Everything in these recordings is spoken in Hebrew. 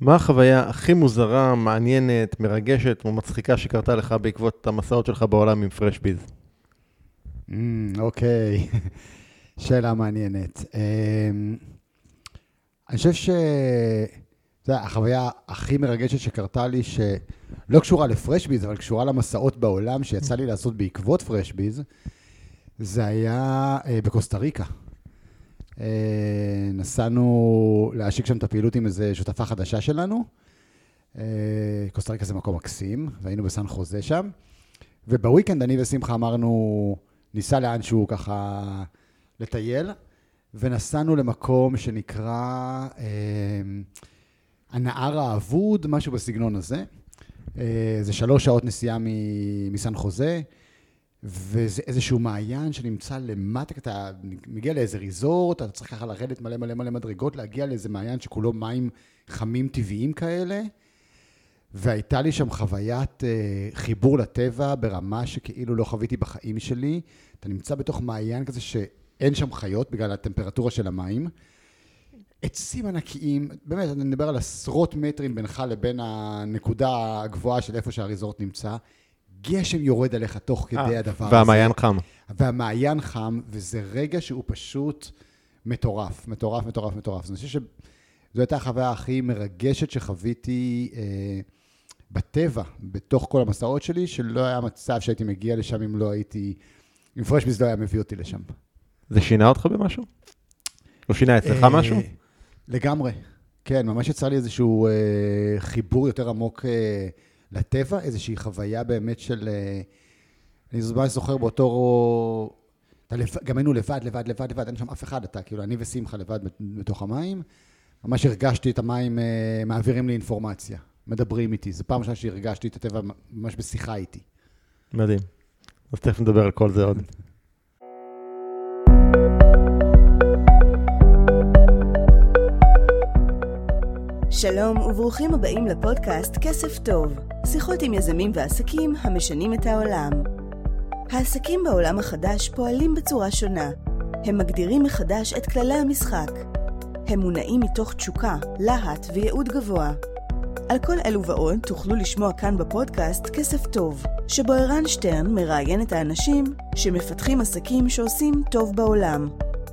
מה החוויה הכי מוזרה, מעניינת, מרגשת או מצחיקה שקרתה לך בעקבות המסעות שלך בעולם עם פרשביז? אוקיי, שאלה מעניינת. אני חושב החוויה הכי מרגשת שקרתה לי, שלא קשורה לפרשביז, אבל קשורה למסעות בעולם שיצא לי לעשות בעקבות פרשביז, זה היה בקוסטה ריקה. נסענו להשיק שם את הפעילות עם איזו שותפה חדשה שלנו. קוסטה ריקה זה מקום מקסים, והיינו בסן חוזה שם. ובוויקנד אני ושמחה אמרנו, ניסע לאנשהו ככה לטייל, ונסענו למקום שנקרא הנהר האבוד, משהו בסגנון הזה. זה 3 שעות נסיעה מסן חוזה, וזה איזשהו מעיין שנמצא למטה, אתה מגיע לאיזה ריזורט, אתה צריך ככה לרדת מלא מלא מלא מדרגות, להגיע לאיזה מעיין שכולו מים חמים טבעיים כאלה, והייתה לי שם חוויית חיבור לטבע ברמה שכאילו לא חוויתי בחיים שלי. אתה נמצא בתוך מעיין כזה שאין שם חיות בגלל הטמפרטורה של המים. עצים ענקיים, באמת, אני מדבר על עשרות מטרים בינך לבין הנקודה הגבוהה של איפה שהריזורט נמצא. גשם יורד עליך תוך כדי הדבר הזה. והמעיין חם. והמעיין חם, וזה רגע שהוא פשוט מטורף, מטורף, מטורף, מטורף. אני חושב שזו הייתה החוויה הכי מרגשת שחוויתי בטבע, בתוך כל המסעות שלי, שלא היה מצב שהייתי מגיע לשם אם לא הייתי, אם פרשביז לא היה מביא אותי לשם. זה שינה אותך במשהו? או שינה אצלך משהו? לגמרי. כן, ממש יצא לי איזשהו חיבור יותר עמוק לטבע, איזושהי חוויה באמת של, אני זוכר באותו, גם היינו לבד, אין שם אף אחד, אתה כאילו, אני ושמחה לבד בתוך המים, ממש הרגשתי את המים מעבירים לי אינפורמציה, מדברים איתי, זו פעם ראשונה שהרגשתי את הטבע ממש בשיחה איתי. מדהים. אז תכף נדבר על כל זה עוד. שלום וברוכים הבאים לפודקאסט כסף טוב, שיחות עם יזמים ועסקים המשנים את העולם. העסקים בעולם החדש פועלים בצורה שונה. הם מגדירים מחדש את כללי המשחק. הם מונעים מתוך תשוקה, להט וייעוד גבוה. על כל אלו ועוד תוכלו לשמוע כאן בפודקאסט כסף טוב, שבו ערן שטרן מראיין את האנשים שמפתחים עסקים שעושים טוב בעולם.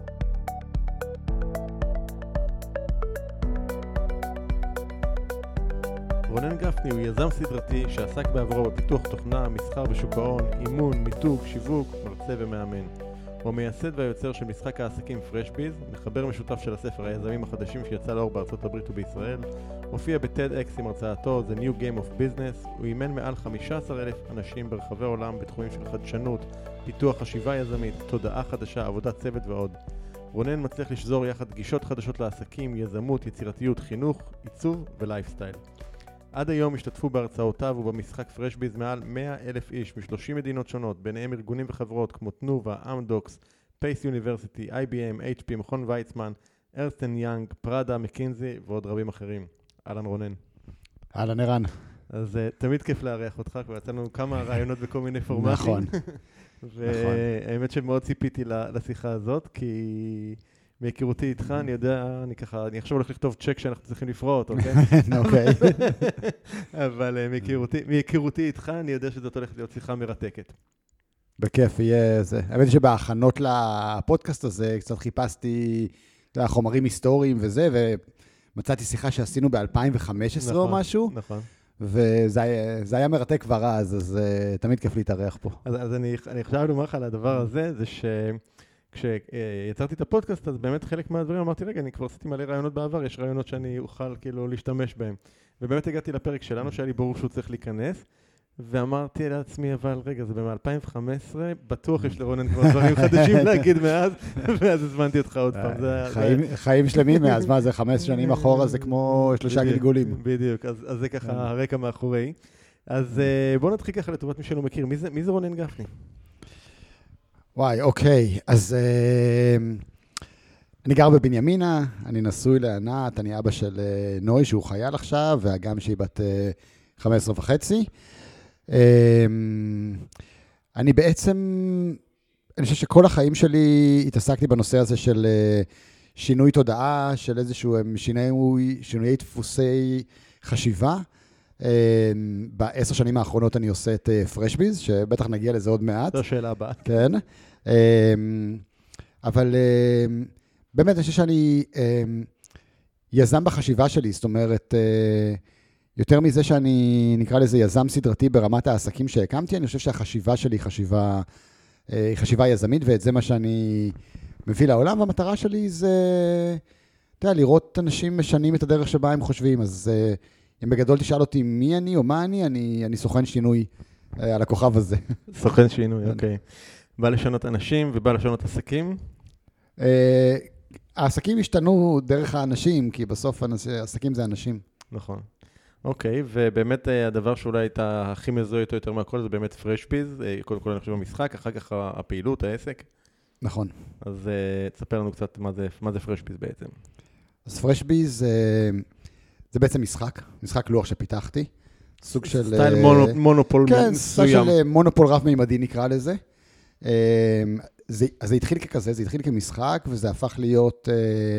רונן גפני הוא יזם סדרתי שעסק בעברו בפיתוח תוכנה, מסחר בשוק ההון, אימון, מיתוג, שיווק, מרצה ומאמן. הוא המייסד והיוצר של משחק העסקים פרשביז, מחבר משותף של הספר היזמים החדשים שיצא לאור בארצות הברית ובישראל, הופיע ב-TEDx עם הרצאתו The New Game of Business, הוא אימן מעל 15,000 אנשים ברחבי העולם בתחומים של חדשנות, פיתוח חשיבה יזמית, תודעה חדשה, עבודת צוות ועוד. רונן מצליח לשזור יחד גישות חדשות לעסקים, יזמות, יצירתיות, חינוך, עיצוב ולייפסטייל. עד היום השתתפו בהרצאותיו ובמשחק פרשביז מעל 100,000 איש מ-30 מדינות שונות, ביניהם ארגונים וחברות כמו תנובה, אמדוקס, פייס יוניברסיטי, IBM, HP, מכון ויצמן, ארנסט אנד יאנג, פראדה, מקינזי ועוד רבים אחרים. אהלן רונן. אהלן ערן. אז תמיד כיף לארח אותך, כבר יצאנו כמה רעיונות בכל מיני פורמטים. נכון. והאמת שמאוד ציפיתי לשיחה הזאת, כי מהיכרותי איתך, אני יודע, אני עכשיו הולך לכתוב צ'ק שאנחנו צריכים לפרוט, אוקיי? אוקיי. אבל מהיכרותי איתך, אני יודע שזאת הולכת להיות שיחה מרתקת. בכיף, יהיה זה. האמת היא שבהכנות לפודקאסט הזה, קצת חיפשתי חומרים היסטוריים וזה, ומצאתי שיחה שעשינו ב-2015 או משהו. נכון. וזה היה מרתק כבר אז תמיד כיף להתארח פה. אז אני חושב לומר לך על הדבר הזה, זה כשיצרתי את הפודקאסט, אז באמת חלק מהדברים אמרתי, רגע, אני כבר עשיתי מלא רעיונות בעבר, יש רעיונות שאני אוכל כאילו להשתמש בהם. ובאמת הגעתי לפרק שלנו, שהיה לי ברור שהוא צריך להיכנס, ואמרתי לעצמי, אבל רגע, זה ב-2015, בטוח יש לרונן כבר דברים חדשים להגיד מאז, ואז הזמנתי אותך עוד פעם. חיים שלמים מאז, מה זה 5 שנים אחורה, זה כמו 3 גלגולים. בדיוק, אז זה ככה הרקע מאחורי. אז בואו נתחיל ככה לטובת מי שלא מכיר, מי זה רונן גפני? וואי, אוקיי, אז אני גר בבנימינה, אני נשוי לענת, אני אבא של נוי שהוא חייל עכשיו, והגם שהיא בת 15 וחצי. אני בעצם, אני חושב שכל החיים שלי התעסקתי בנושא הזה שינוי תודעה, של איזשהו שינויי דפוסי חשיבה. ב10 שנים האחרונות אני עושה את פרשביז, שבטח נגיע לזה עוד מעט. זו השאלה הבאה. כן. אבל באמת, אני חושב שאני יזם בחשיבה שלי, זאת אומרת, יותר מזה שאני נקרא לזה יזם סדרתי ברמת העסקים שהקמתי, אני חושב שהחשיבה שלי היא חשיבה יזמית, ואת זה מה שאני מביא לעולם, והמטרה שלי זה, אתה יודע, לראות אנשים משנים את הדרך שבה הם חושבים, אז אם בגדול תשאל אותי מי אני או מה אני סוכן שינוי על הכוכב הזה. סוכן שינוי, אוקיי. בא לשנות אנשים ובא לשנות עסקים? העסקים השתנו דרך האנשים, כי בסוף העסקים זה אנשים. נכון. אוקיי, ובאמת הדבר שאולי הייתה הכי מזוהה איתו יותר מהכל, זה באמת פרשביז, קודם כל אני חושב במשחק, אחר כך הפעילות, העסק. נכון. אז תספר לנו קצת מה זה פרשביז בעצם. אז פרשביז זה בעצם משחק לוח שפיתחתי, סוג של... סטייל מונופול מסוים. כן, סטייל של מונופול רב-מימדי נקרא לזה. אז זה התחיל ככזה, זה התחיל כמשחק, וזה הפך להיות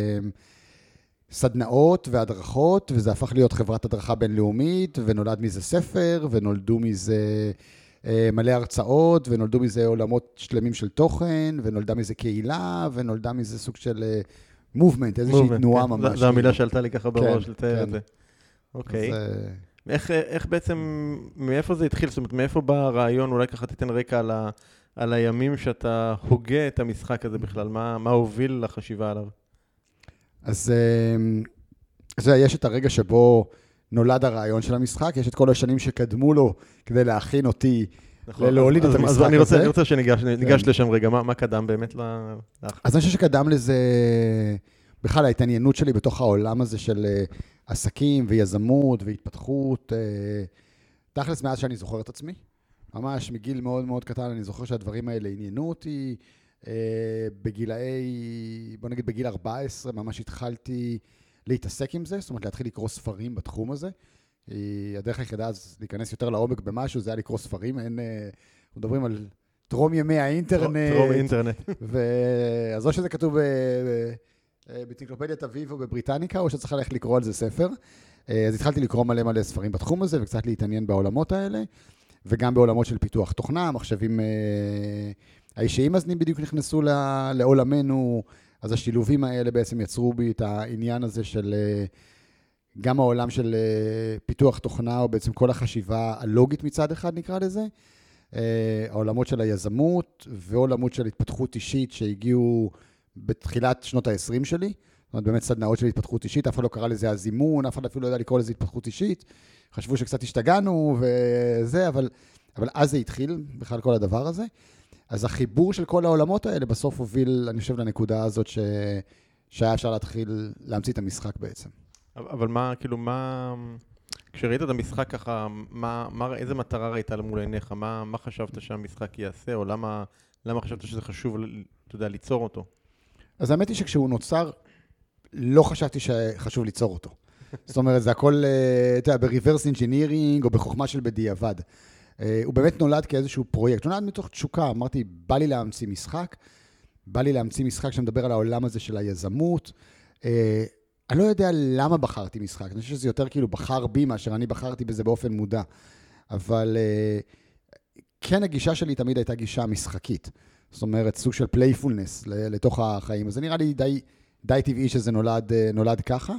סדנאות והדרכות, וזה הפך להיות חברת הדרכה בינלאומית, ונולד מזה ספר, ונולדו מזה מלא הרצאות, ונולדו מזה עולמות שלמים של תוכן, ונולדה מזה קהילה, ונולדה מזה סוג של מובמנט, איזושהי תנועה ממש. זו המילה שעלתה לי ככה בראש לתאר את זה. אוקיי. איך בעצם, מאיפה זה התחיל? זאת אומרת, מאיפה בא הרעיון? אולי ככה תיתן רקע על הימים שאתה הוגה את המשחק הזה בכלל, מה הוביל לחשיבה עליו? אז יש את הרגע שבו נולד הרעיון של המשחק, יש את כל השנים שקדמו לו כדי להכין אותי להוליד את המשחק הזה. אני רוצה שניגש לשם רגע, מה קדם באמת להכין? אז אני חושב שקדם לזה, בכלל ההתעניינות שלי בתוך העולם הזה של עסקים ויזמות והתפתחות, תכלס מאז שאני זוכר את עצמי. ממש מגיל מאוד מאוד קטן, אני זוכר שהדברים האלה עניינו אותי. בוא נגיד בגיל 14, ממש התחלתי להתעסק עם זה, זאת אומרת להתחיל לקרוא ספרים בתחום הזה. הדרך היחידה אז להיכנס יותר לעומק במשהו, זה היה לקרוא ספרים. אנחנו מדברים על טרום ימי האינטרנט. טרום אינטרנט. אז או שזה כתוב באנציקלופדיית אביב או בבריטניקה, או שצריך ללכת לקרוא על זה ספר. אז התחלתי לקרוא מלא ספרים בתחום הזה, וקצת להתעניין בעולמות האלה. וגם בעולמות של פיתוח תוכנה, מחשבים האישיים אז בדיוק נכנסו לעולמנו, אז השילובים האלה בעצם יצרו בי את העניין הזה של גם העולם של פיתוח תוכנה, או בעצם כל החשיבה הלוגית מצד אחד נקרא לזה, העולמות של היזמות ועולמות של התפתחות אישית שהגיעו בתחילת שנות ה-20 שלי, זאת אומרת באמת סדנאות של התפתחות אישית, אף אחד לא קרא לזה הזימון, אף אחד אפילו לא יודע לקרוא לזה התפתחות אישית, חשבו שקצת השתגענו וזה, אבל אז זה התחיל בכלל כל הדבר הזה. אז החיבור של כל העולמות האלה בסוף הוביל, אני חושב, לנקודה הזאת שהיה אפשר להתחיל להמציא את המשחק בעצם. אבל כשראית את המשחק ככה, איזה מטרה ראית מול עיניך? מה חשבת שהמשחק יעשה, או למה חשבת שזה חשוב, אתה יודע, ליצור אותו? אז האמת היא שכשהוא נוצר, לא חשבתי שחשוב ליצור אותו. זאת אומרת, זה הכל, אתה יודע, בריברס אינג'ינירינג, או בחוכמה של בדיעבד. הוא באמת נולד כאיזשהו פרויקט. הוא נולד מתוך תשוקה. אמרתי, בא לי להמציא משחק שמדבר על העולם הזה של היזמות. אני לא יודע למה בחרתי משחק. אני חושב שזה יותר כאילו בחר בי, מאשר אני בחרתי בזה באופן מודע. אבל כן, הגישה שלי תמיד הייתה גישה משחקית. זאת אומרת, סוג של פלייפולנס לתוך החיים. אז זה נראה לי די טבעי שזה נולד ככה.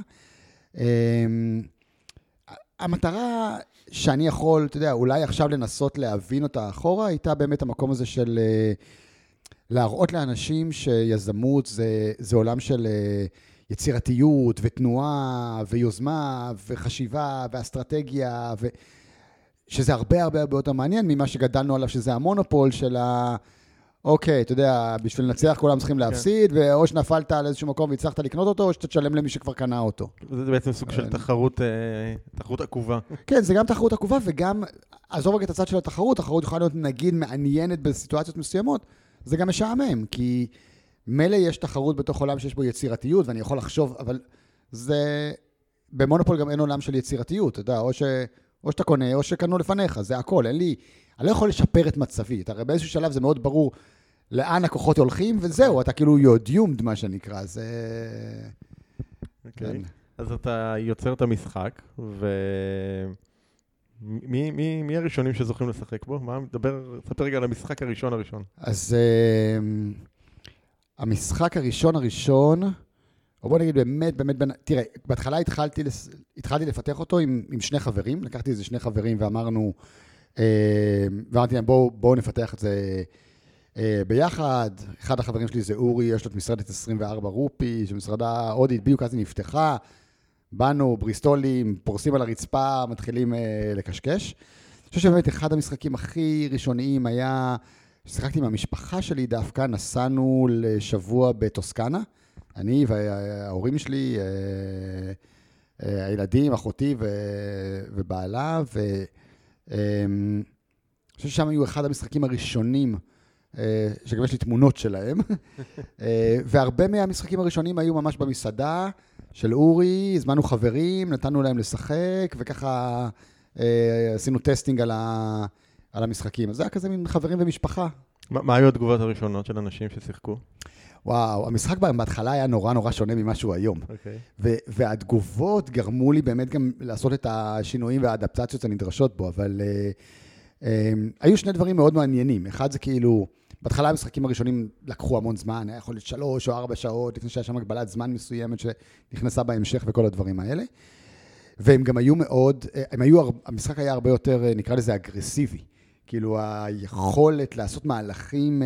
המטרה שאני יכול, אתה יודע, אולי עכשיו לנסות להבין אותה אחורה, הייתה באמת המקום הזה של להראות לאנשים שיזמות זה עולם של יצירתיות ותנועה ויוזמה וחשיבה ואסטרטגיה, שזה הרבה יותר מעניין ממה שגדלנו עליו, שזה המונופול של אוקיי, אתה יודע, בשביל לנצח כולם צריכים להפסיד, או שנפלת על איזשהו מקום והצלחת לקנות אותו, או שאתה תשלם למי שכבר קנה אותו. זה בעצם סוג של תחרות עקובה. כן, זה גם תחרות עקובה, וגם, עזוב רגע את הצד של התחרות יכולה להיות נגיד מעניינת בסיטואציות מסוימות, זה גם משעמם, כי מלא יש תחרות בתוך עולם שיש בו יצירתיות, ואני יכול לחשוב, אבל זה, במונופול גם אין עולם של יצירתיות, אתה יודע, או שאתה קונה, או שקנו לפניך, זה הכל, אני לא יכול לשפר את מצבי, הרי באיזשהו שלב זה מאוד ברור, לאן הכוחות הולכים, וזהו, אתה כאילו יודיומד, מה שנקרא, זה... אוקיי. אז אתה יוצר את המשחק, מי הראשונים שזוכים לשחק בו? ספר רגע על המשחק הראשון. אז המשחק הראשון, או בוא נגיד באמת, תראה, בהתחלה התחלתי לפתח אותו עם שני חברים, לקחתי איזה שני חברים ואמרנו, ואמרתי להם, בואו נפתח את זה ביחד. אחד החברים שלי זה אורי, יש לו את משרדת 24 רופי, שמשרדה הודית, בדיוק אז היא נפתחה, באנו, בריסטולים, פורסים על הרצפה, מתחילים לקשקש. אני חושב שבאמת אחד המשחקים הכי ראשוניים היה, ששיחקתי עם המשפחה שלי דווקא, נסענו לשבוע בטוסקנה, אני וההורים שלי, הילדים, אחותי ובעלה, אני חושב ששם היו אחד המשחקים הראשונים, שגם יש לי תמונות שלהם, והרבה מהמשחקים הראשונים היו ממש במסעדה של אורי, הזמנו חברים, נתנו להם לשחק, וככה עשינו טסטינג על המשחקים. אז זה היה כזה מין חברים ומשפחה. מה היו התגובות הראשונות של אנשים ששיחקו? וואו, המשחק בהתחלה היה נורא שונה ממה שהוא היום. והתגובות גרמו לי באמת גם לעשות את השינויים והאדפטציות הנדרשות בו, אבל היו שני דברים מאוד מעניינים. אחד זה כאילו, בהתחלה המשחקים הראשונים לקחו המון זמן, היה יכול להיות 3 או 4 שעות, לפני שהיה שם הגבלת זמן מסוימת שנכנסה בהמשך וכל הדברים האלה. והם גם היו מאוד, המשחק היה הרבה יותר, נקרא לזה אגרסיבי. כאילו היכולת לעשות מהלכים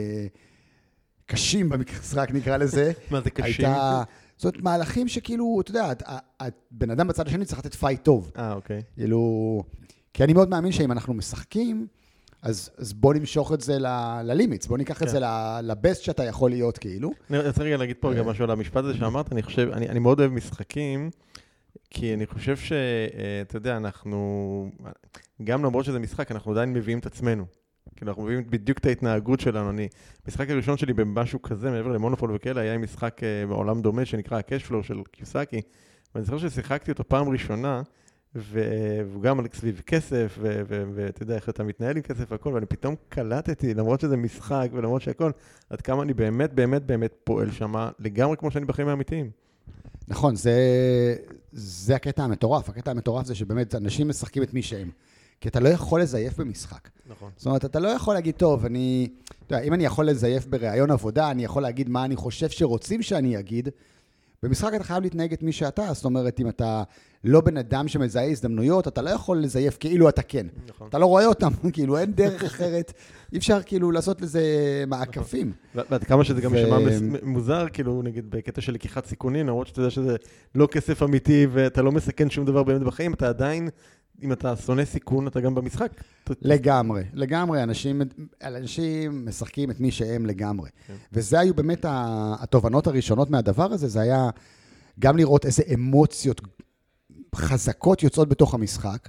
קשים במשחק, נקרא לזה. מה זה קשים? זאת אומרת, מהלכים שכאילו, אתה יודע, בן אדם בצד השני צריך לתת פייט טוב. אוקיי. כאילו, כי אני מאוד מאמין שאם אנחנו משחקים, אז בוא נמשוך את זה ללימיץ, בוא ניקח את זה לבסט שאתה יכול להיות, כאילו. אני רוצה רגע להגיד פה גם משהו על המשפט הזה שאמרת, אני מאוד אוהב משחקים, כי אני חושב שאתה יודע, אנחנו, גם למרות שזה משחק, אנחנו עדיין מביאים את עצמנו. כאילו, אנחנו מביאים בדיוק את ההתנהגות שלנו. המשחק הראשון שלי במשהו כזה, מעבר למונופול וכאלה, היה משחק בעולם דומה שנקרא הקשפלו של קיוסקי, ואני זוכר ששיחקתי אותו פעם ראשונה, והוא גם על סביב כסף, ואתה יודע איך אתה מתנהל עם כסף והכל, ואני פתאום קלטתי, למרות שזה משחק ולמרות שהכל, עד כמה אני באמת פועל שמה, לגמרי כמו שאני בחיים האמיתיים. נכון, זה הקטע המטורף. הקטע המטורף זה שבאמת אנשים משחקים את מי שהם. כי אתה לא יכול לזייף במשחק. נכון. זאת אומרת, אתה לא יכול להגיד, טוב, אתה יודע, אם אני יכול לזייף ברעיון עבודה, אני יכול להגיד מה אני חושב שרוצים שאני אגיד. במשחק אתה חייב להתנהג את מי שאתה. זאת אומרת, אם אתה לא בן אדם שמזהה הזדמנויות, אתה לא יכול לזייף כאילו אתה כן. נכון. אתה לא רואה אותם, כאילו אין דרך אחרת. אי אפשר כאילו לעשות לזה מעקפים. ועד כמה שזה גם משמע מוזר, כאילו נגיד בקטע של לקיחת סיכונים, למרות שאתה יודע שזה לא כסף אמיתי, ואתה לא מסכן שום דבר באמת בחיים, אתה עדיין, אם אתה שונא סיכון, אתה גם במשחק. לגמרי. אנשים משחקים את מי שהם לגמרי. וזה היו באמת התובנות הראשונות מהדבר הזה, זה היה גם לראות איזה אמוציות חזקות יוצאות בתוך המשחק,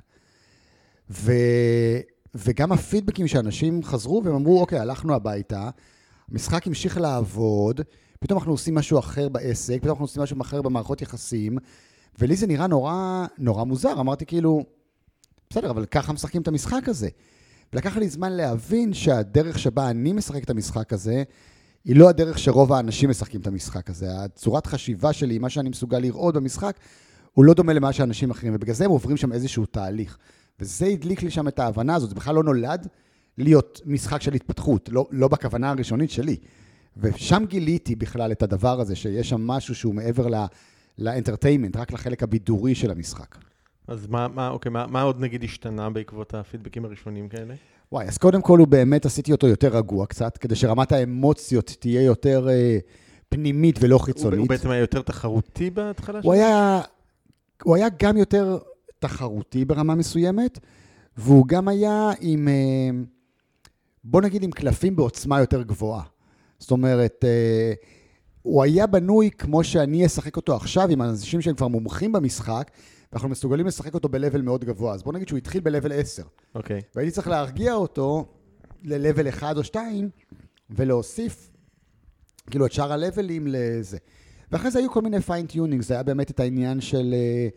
וגם הפידבקים שאנשים חזרו והם אמרו, אוקיי, הלכנו הביתה, המשחק המשיך לעבוד, פתאום אנחנו עושים משהו אחר בעסק, פתאום אנחנו עושים משהו אחר במערכות יחסים, ולי זה נראה נורא מוזר. אמרתי כאילו, בסדר, אבל ככה משחקים את המשחק הזה. ולקח לי זמן להבין שהדרך שבה אני משחק את המשחק הזה, היא לא הדרך שרוב האנשים משחקים את המשחק הזה. הצורת חשיבה שלי, מה שאני מסוגל לראות במשחק, הוא לא דומה למה שאנשים אחרים, ובגלל זה הם עוברים שם איזשהו תהליך. וזה הדליק לי שם את ההבנה הזאת, זה בכלל לא נולד להיות משחק של התפתחות, לא בכוונה הראשונית שלי. ושם גיליתי בכלל את הדבר הזה, שיש שם משהו שהוא מעבר לאנטרטיימנט, רק לחלק הבידורי של המשחק. אז מה עוד נגיד השתנה בעקבות הפידבקים הראשונים כאלה? וואי, אז קודם כל הוא באמת עשיתי אותו יותר רגוע קצת, כדי שרמת האמוציות תהיה יותר פנימית ולא חיצונית. הוא בעצם היה יותר תחרותי בהתחלה? הוא היה גם יותר תחרותי ברמה מסוימת, והוא גם היה עם, בוא נגיד, עם קלפים בעוצמה יותר גבוהה. זאת אומרת, הוא היה בנוי כמו שאני אשחק אותו עכשיו, עם אנשים שהם כבר מומחים במשחק, ואנחנו מסוגלים לשחק אותו בלבל מאוד גבוה. אז בוא נגיד שהוא התחיל בלבל 10. אוקיי. והייתי צריך להרגיע אותו ללבל 1 או 2, ולהוסיף כאילו את שאר הלבלים לזה. ואחרי זה היו כל מיני פיינטיונינג, זה היה באמת את העניין של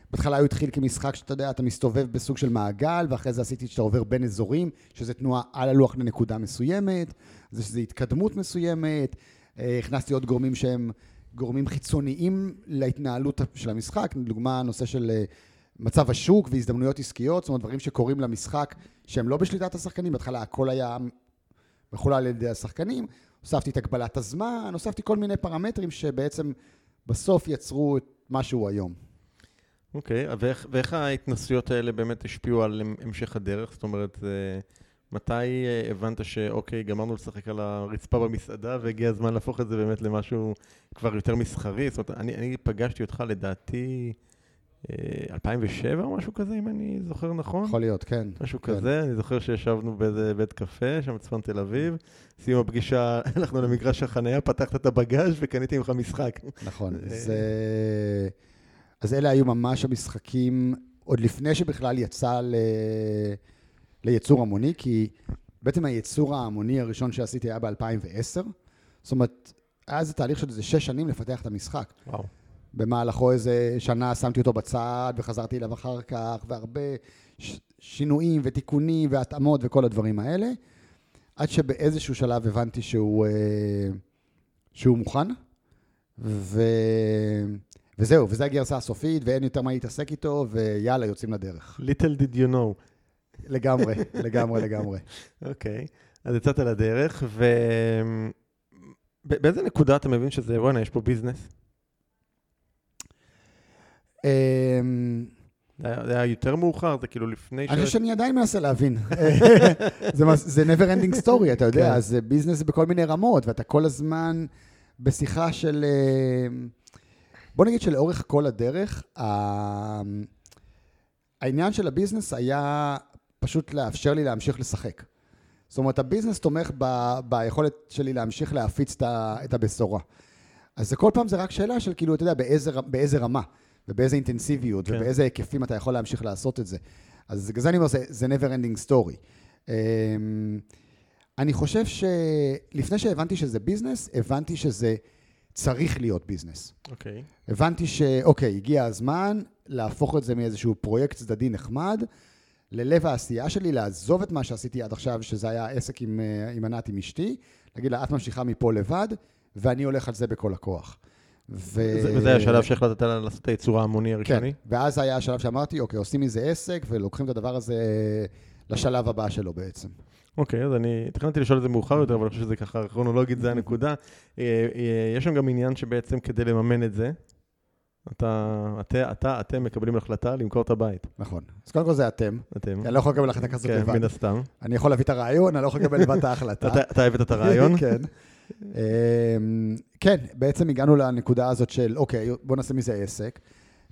בהתחלה הוא התחיל כמשחק שאתה יודע, אתה מסתובב בסוג של מעגל, ואחרי זה עשיתי שאתה עובר בין אזורים, שזה תנועה על הלוח לנקודה מסוימת, זה שזה התקדמות מסוימת, הכנסתי עוד גורמים שהם גורמים חיצוניים להתנהלות של המשחק, לדוגמה הנושא של מצב השוק והזדמנויות עסקיות, זאת אומרת דברים שקורים למשחק שהם לא בשליטת השחקנים, בהתחלה הכל היה מחולל על ידי השחקנים, הוספתי את הגבלת הזמן, הוספתי כל מיני פרמטרים שבעצם בסוף יצרו את מה שהוא היום. אוקיי, ואיך ההתנסויות האלה באמת השפיעו על המשך הדרך? זאת אומרת, מתי הבנת שאוקיי, גמרנו לשחק על הרצפה במסעדה, והגיע הזמן להפוך את זה באמת למשהו כבר יותר מסחרי? זאת אומרת, אני פגשתי אותך לדעתי 2007 או משהו כזה, אם אני זוכר נכון. יכול להיות, כן. משהו כזה, אני זוכר שישבנו באיזה בית קפה, שם בצפון תל אביב, סיימה פגישה, הלכנו למגרש החנייה, פתחת את הבגאז' וקניתי ממך משחק. נכון, אז אלה היו ממש המשחקים, עוד לפני שבכלל יצא ליצור המוני, כי בעצם היצור ההמוני הראשון שעשיתי היה ב-2010, זאת אומרת, היה זה תהליך של איזה 6 שנים לפתח את המשחק. וואו. במהלכו איזה שנה שמתי אותו בצד, וחזרתי אליו אחר כך, והרבה שינויים ותיקונים והתאמות וכל הדברים האלה, עד שבאיזשהו שלב הבנתי שהוא מוכן, וזהו, וזה הגרסה הסופית, ואין יותר מה להתעסק איתו, ויאללה, יוצאים לדרך. Little did you know. לגמרי, לגמרי, לגמרי. אוקיי, אז יצאת לדרך, ובאיזה נקודה אתה מבין שזה, בוא'נה, יש פה ביזנס? זה היה יותר מאוחר, זה כאילו לפני אני חושב שאני עדיין מנסה להבין. זה never ending story, אתה יודע, אז ביזנס בכל מיני רמות, ואתה כל הזמן בשיחה של... בוא נגיד שלאורך כל הדרך, העניין של הביזנס היה פשוט לאפשר לי להמשיך לשחק. זאת אומרת, הביזנס תומך ביכולת שלי להמשיך להפיץ את הבשורה. אז כל פעם זה רק שאלה של כאילו, אתה יודע, באיזה רמה, ובאיזה אינטנסיביות, כן. ובאיזה היקפים אתה יכול להמשיך לעשות את זה. אז זה אני אומר, זה never ending story. אני חושב שלפני שהבנתי שזה ביזנס, הבנתי שזה צריך להיות ביזנס. אוקיי. הבנתי שאוקיי, הגיע הזמן להפוך את זה מאיזשהו פרויקט צדדי נחמד, ללב העשייה שלי, לעזוב את מה שעשיתי עד עכשיו, שזה היה עסק עם ענת עם אשתי, להגיד לה, את ממשיכה מפה לבד, ואני הולך על זה בכל הכוח. וזה השלב שהחלטת לעשות את היצור ההמוני הראשוני? כן, ואז היה השלב שאמרתי, אוקיי, עושים מזה עסק, ולוקחים את הדבר הזה לשלב הבא שלו בעצם. אוקיי, אז אני תכננתי לשאול את זה מאוחר יותר, אבל אני חושב שזה ככה כרונולוגית, זה הנקודה. יש שם גם עניין שבעצם כדי לממן את זה, אתם מקבלים החלטה למכור את הבית. נכון. אז קודם כל זה אתם. אני לא יכול לקבל החלטה כזאת לבד. כן, מן הסתם. אני יכול להביא את הרעיון, אני לא יכול לקבל לבד את ההחלטה. אתה הבאת את הרעיון? כן. כן, בעצם הגענו לנקודה הזאת של, אוקיי, בוא נעשה מזה עסק.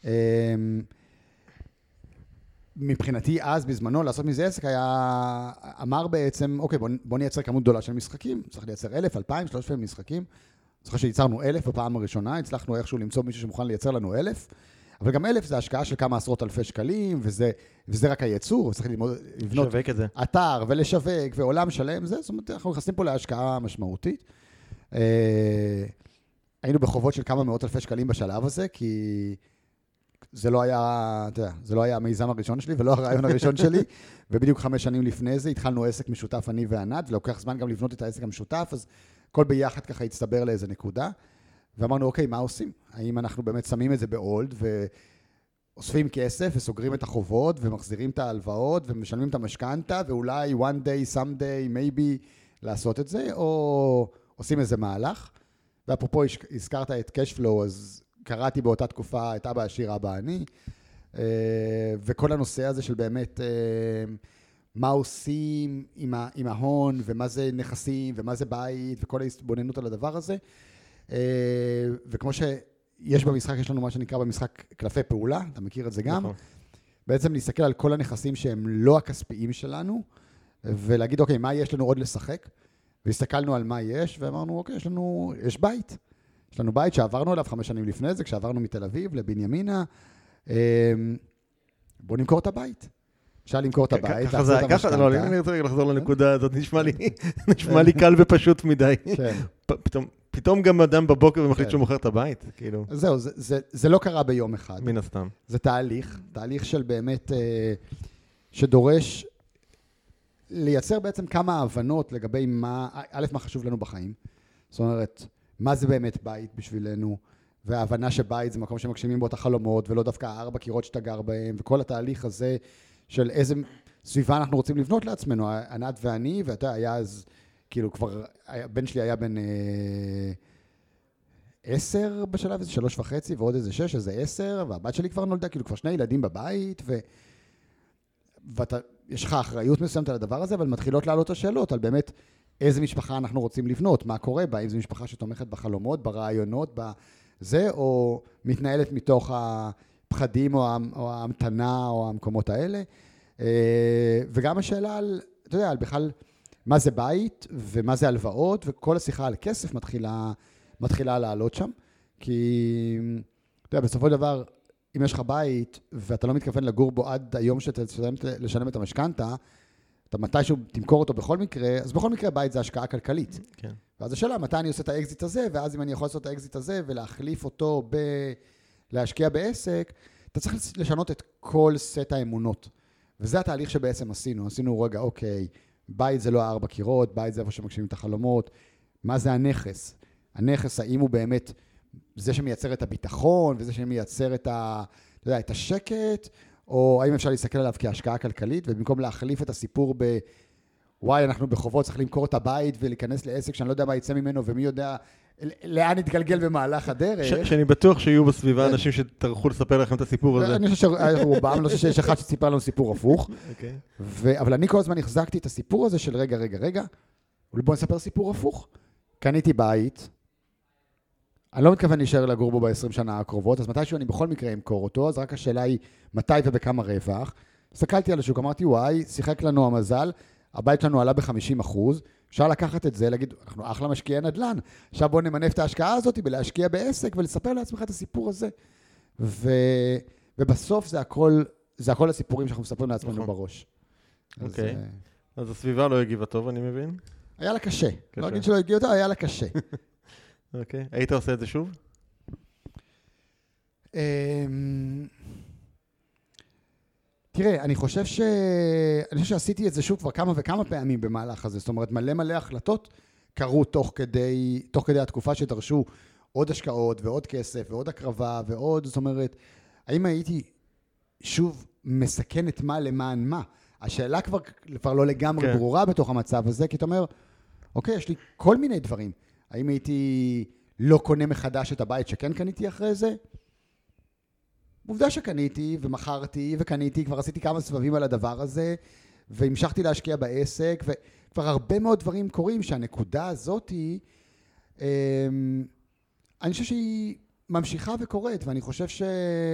מבחינתי אז בזמנו לעשות מזה עסק היה, אמר בעצם, אוקיי, בוא נייצר כמות גדולה של משחקים, צריך לייצר 1,000, 2,000, 3,000 משחקים. זוכר שייצרנו 1,000 בפעם הראשונה, הצלחנו איכשהו למצוא מישהו שמוכן לייצר לנו 1,000, אבל גם 1,000 זה השקעה של כמה עשרות אלפי שקלים, וזה רק הייצור, צריך לבנות אתר ולשווק ועולם שלם, זאת אומרת, אנחנו נכנסים פה להשקעה משמעותית. היינו בחובות של כמה מאות אלפי שקלים בשלב הזה, כי זה לא היה, אתה יודע, זה לא היה המיזם הראשון שלי, ולא הרעיון הראשון שלי, ובדיוק 5 שנים לפני זה התחלנו עסק משותף אני וענת, ולוקח זמן גם לבנות את העסק המשותף, אז כל ביחד ככה הצטבר לאיזה נקודה, ואמרנו, אוקיי, מה עושים? האם אנחנו באמת שמים את זה באולד, ואוספים כסף, וסוגרים את החובות, ומחזירים את ההלוואות, ומשלמים את המשכנתה, ואולי one day, someday, maybe, לעשות את זה, או עושים איזה מהלך. ואפרופו, הזכרת את cashflow, אז קראתי באותה תקופה את אבא עשיר, אבא אני, וכל הנושא הזה של באמת מה עושים עם ההון, ומה זה נכסים, ומה זה בית, וכל ההתבוננות על הדבר הזה. וכמו שיש במשחק, יש לנו מה שנקרא במשחק קלפי פעולה, אתה מכיר את זה גם. בעצם להסתכל על כל הנכסים שהם לא הכספיים שלנו, ולהגיד, אוקיי, מה יש לנו עוד לשחק? והסתכלנו על מה יש, ואמרנו, אוקיי, יש בית. יש לנו בית שעברנו אליו 5 שנים לפני זה, כשעברנו מתל אביב לבנימינה. בוא נמכור את הבית. אפשר למכור את הבית. ככה, לא, אני רוצה לחזור לנקודה הזאת, נשמע לי קל ופשוט מדי. פתאום גם אדם בבוקר ומחליט שהוא מוכר את הבית, כאילו. זהו, זה לא קרה ביום אחד. מן הסתם. זה תהליך של באמת, שדורש לייצר בעצם כמה הבנות לגבי מה חשוב לנו בחיים. זאת אומרת, מה זה באמת בית בשבילנו, וההבנה שבית זה מקום שמגשימים בו את החלומות, ולא דווקא 4 קירות שאתה גר בהם, וכל התהליך הזה של איזה סביבה אנחנו רוצים לבנות לעצמנו, ענת ואני, ואתה היה אז, כאילו כבר, הבן שלי היה בן 10 בשלב הזה, 3.5, ועוד איזה 6, איזה 10, והבת שלי כבר נולדה, כאילו כבר 2 ילדים בבית, יש לך אחריות מסוימת על הדבר הזה, אבל מתחילות לעלות השאלות על באמת איזה משפחה אנחנו רוצים לבנות, מה קורה בה, אם זו משפחה שתומכת בחלומות, ברעיונות, בזה, או מתנהלת מתוך הפחדים או ההמתנה או המקומות האלה. וגם השאלה על, אתה יודע, על בכלל מה זה בית ומה זה הלוואות, וכל השיחה על כסף מתחילה לעלות שם, כי, אתה יודע, בסופו של דבר, אם יש לך בית ואתה לא מתכוון לגור בו עד היום שאתה לשלם את המשכנתה, אתה מתישהו תמכור אותו בכל מקרה, אז בכל מקרה בית זה השקעה כלכלית. כן. ואז השאלה, מתי אני עושה את האקזיט הזה, ואז אם אני יכול לעשות את האקזיט הזה ולהחליף אותו להשקיע בעסק, אתה צריך לשנות את כל סט האמונות. וזה התהליך שבעצם עשינו רגע, אוקיי, בית זה לא 4 קירות, בית זה איפה שמגשימים את החלומות, מה זה הנכס? הנכס, האם הוא באמת זה שמייצר את הביטחון, וזה שמייצר את השקט, או האם אפשר להסתכל עליו כהשקעה כלכלית, ובמקום להחליף את הסיפור וואי, אנחנו בחובות, צריך למכור את הבית ולהיכנס לעסק שאני לא יודע מה יצא ממנו, ומי יודע לאן יתגלגל במהלך הדרך. שאני בטוח שיהיו בסביבה אנשים שטרחו לספר לכם את הסיפור הזה. אני חושב שרובם, לא חושב שיש אחד שסיפר לנו סיפור הפוך. אבל אני כל הזמן החזקתי את הסיפור הזה של רגע, בוא נספר סיפור הפוך. קניתי בית, אני לא מתכוון להישאר לגור בו ב-20 שנה הקרובות, אז מתישהו אני בכל מקרה אמכור אותו, אז רק השאלה היא מתי ובכמה רווח. הסתכלתי על השוק, אמרתי, וואי, שיחק לנו המזל, הבית שלנו עלה ב-50%, אפשר לקחת את זה, להגיד, אנחנו אחלה משקיעי נדל"ן, עכשיו בואו נמנף את ההשקעה הזאת ולהשקיע בעסק ולספר לעצמך את הסיפור הזה. ובסוף זה הכל הסיפורים שאנחנו מספרים לעצמנו בראש. אוקיי, אז הסביבה לא הגיבה טוב, אני מבין? היה לה קשה. לא אגיד שלא הגיע אותה, היה לה קשה. אוקיי, היית עושה את זה שוב? תראה, אני חושב שעשיתי את זה שוב כבר כמה וכמה פעמים במהלך הזה, זאת אומרת, מלא החלטות קרו תוך כדי התקופה שדרשו עוד השקעות ועוד כסף ועוד הקרבה ועוד, זאת אומרת, האם הייתי שוב מסכן את מה למען מה? השאלה כבר לא לגמרי ברורה בתוך המצב הזה, כי אתה אומר, אוקיי, יש לי כל מיני דברים. האם הייתי לא קונה מחדש את הבית שכן קניתי אחרי זה? עובדה שקניתי ומכרתי וקניתי, כבר עשיתי כמה סבבים על הדבר הזה, והמשכתי להשקיע בעסק, וכבר הרבה מאוד דברים קורים שהנקודה הזאת היא, אני חושב שהיא ממשיכה וקורית, ואני חושב שאם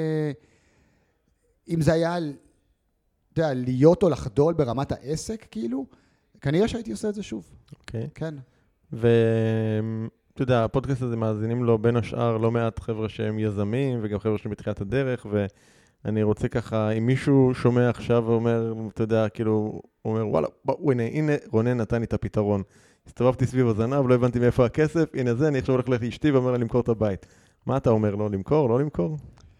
זה היה, אתה יודע, להיות או לחדול ברמת העסק, כאילו, כנראה שהייתי עושה את זה שוב. אוקיי. כן. אתה יודע, הפודקאסט הזה מאזינים לו בין השאר לא מעט חבר'ה שהם יזמים, וגם חבר'ה שמתחילת הדרך, ואני רוצה ככה, אם מישהו שומע עכשיו ואומר, אתה יודע, כאילו, הוא אומר, וואלה, הנה רונן נתן לי את הפתרון. הסתובבתי סביב הזנב, לא הבנתי מאיפה הכסף, הנה זה, אני עכשיו הולך לאשתי ואומר לה למכור את הבית. מה אתה אומר לו? למכור? לא למכור?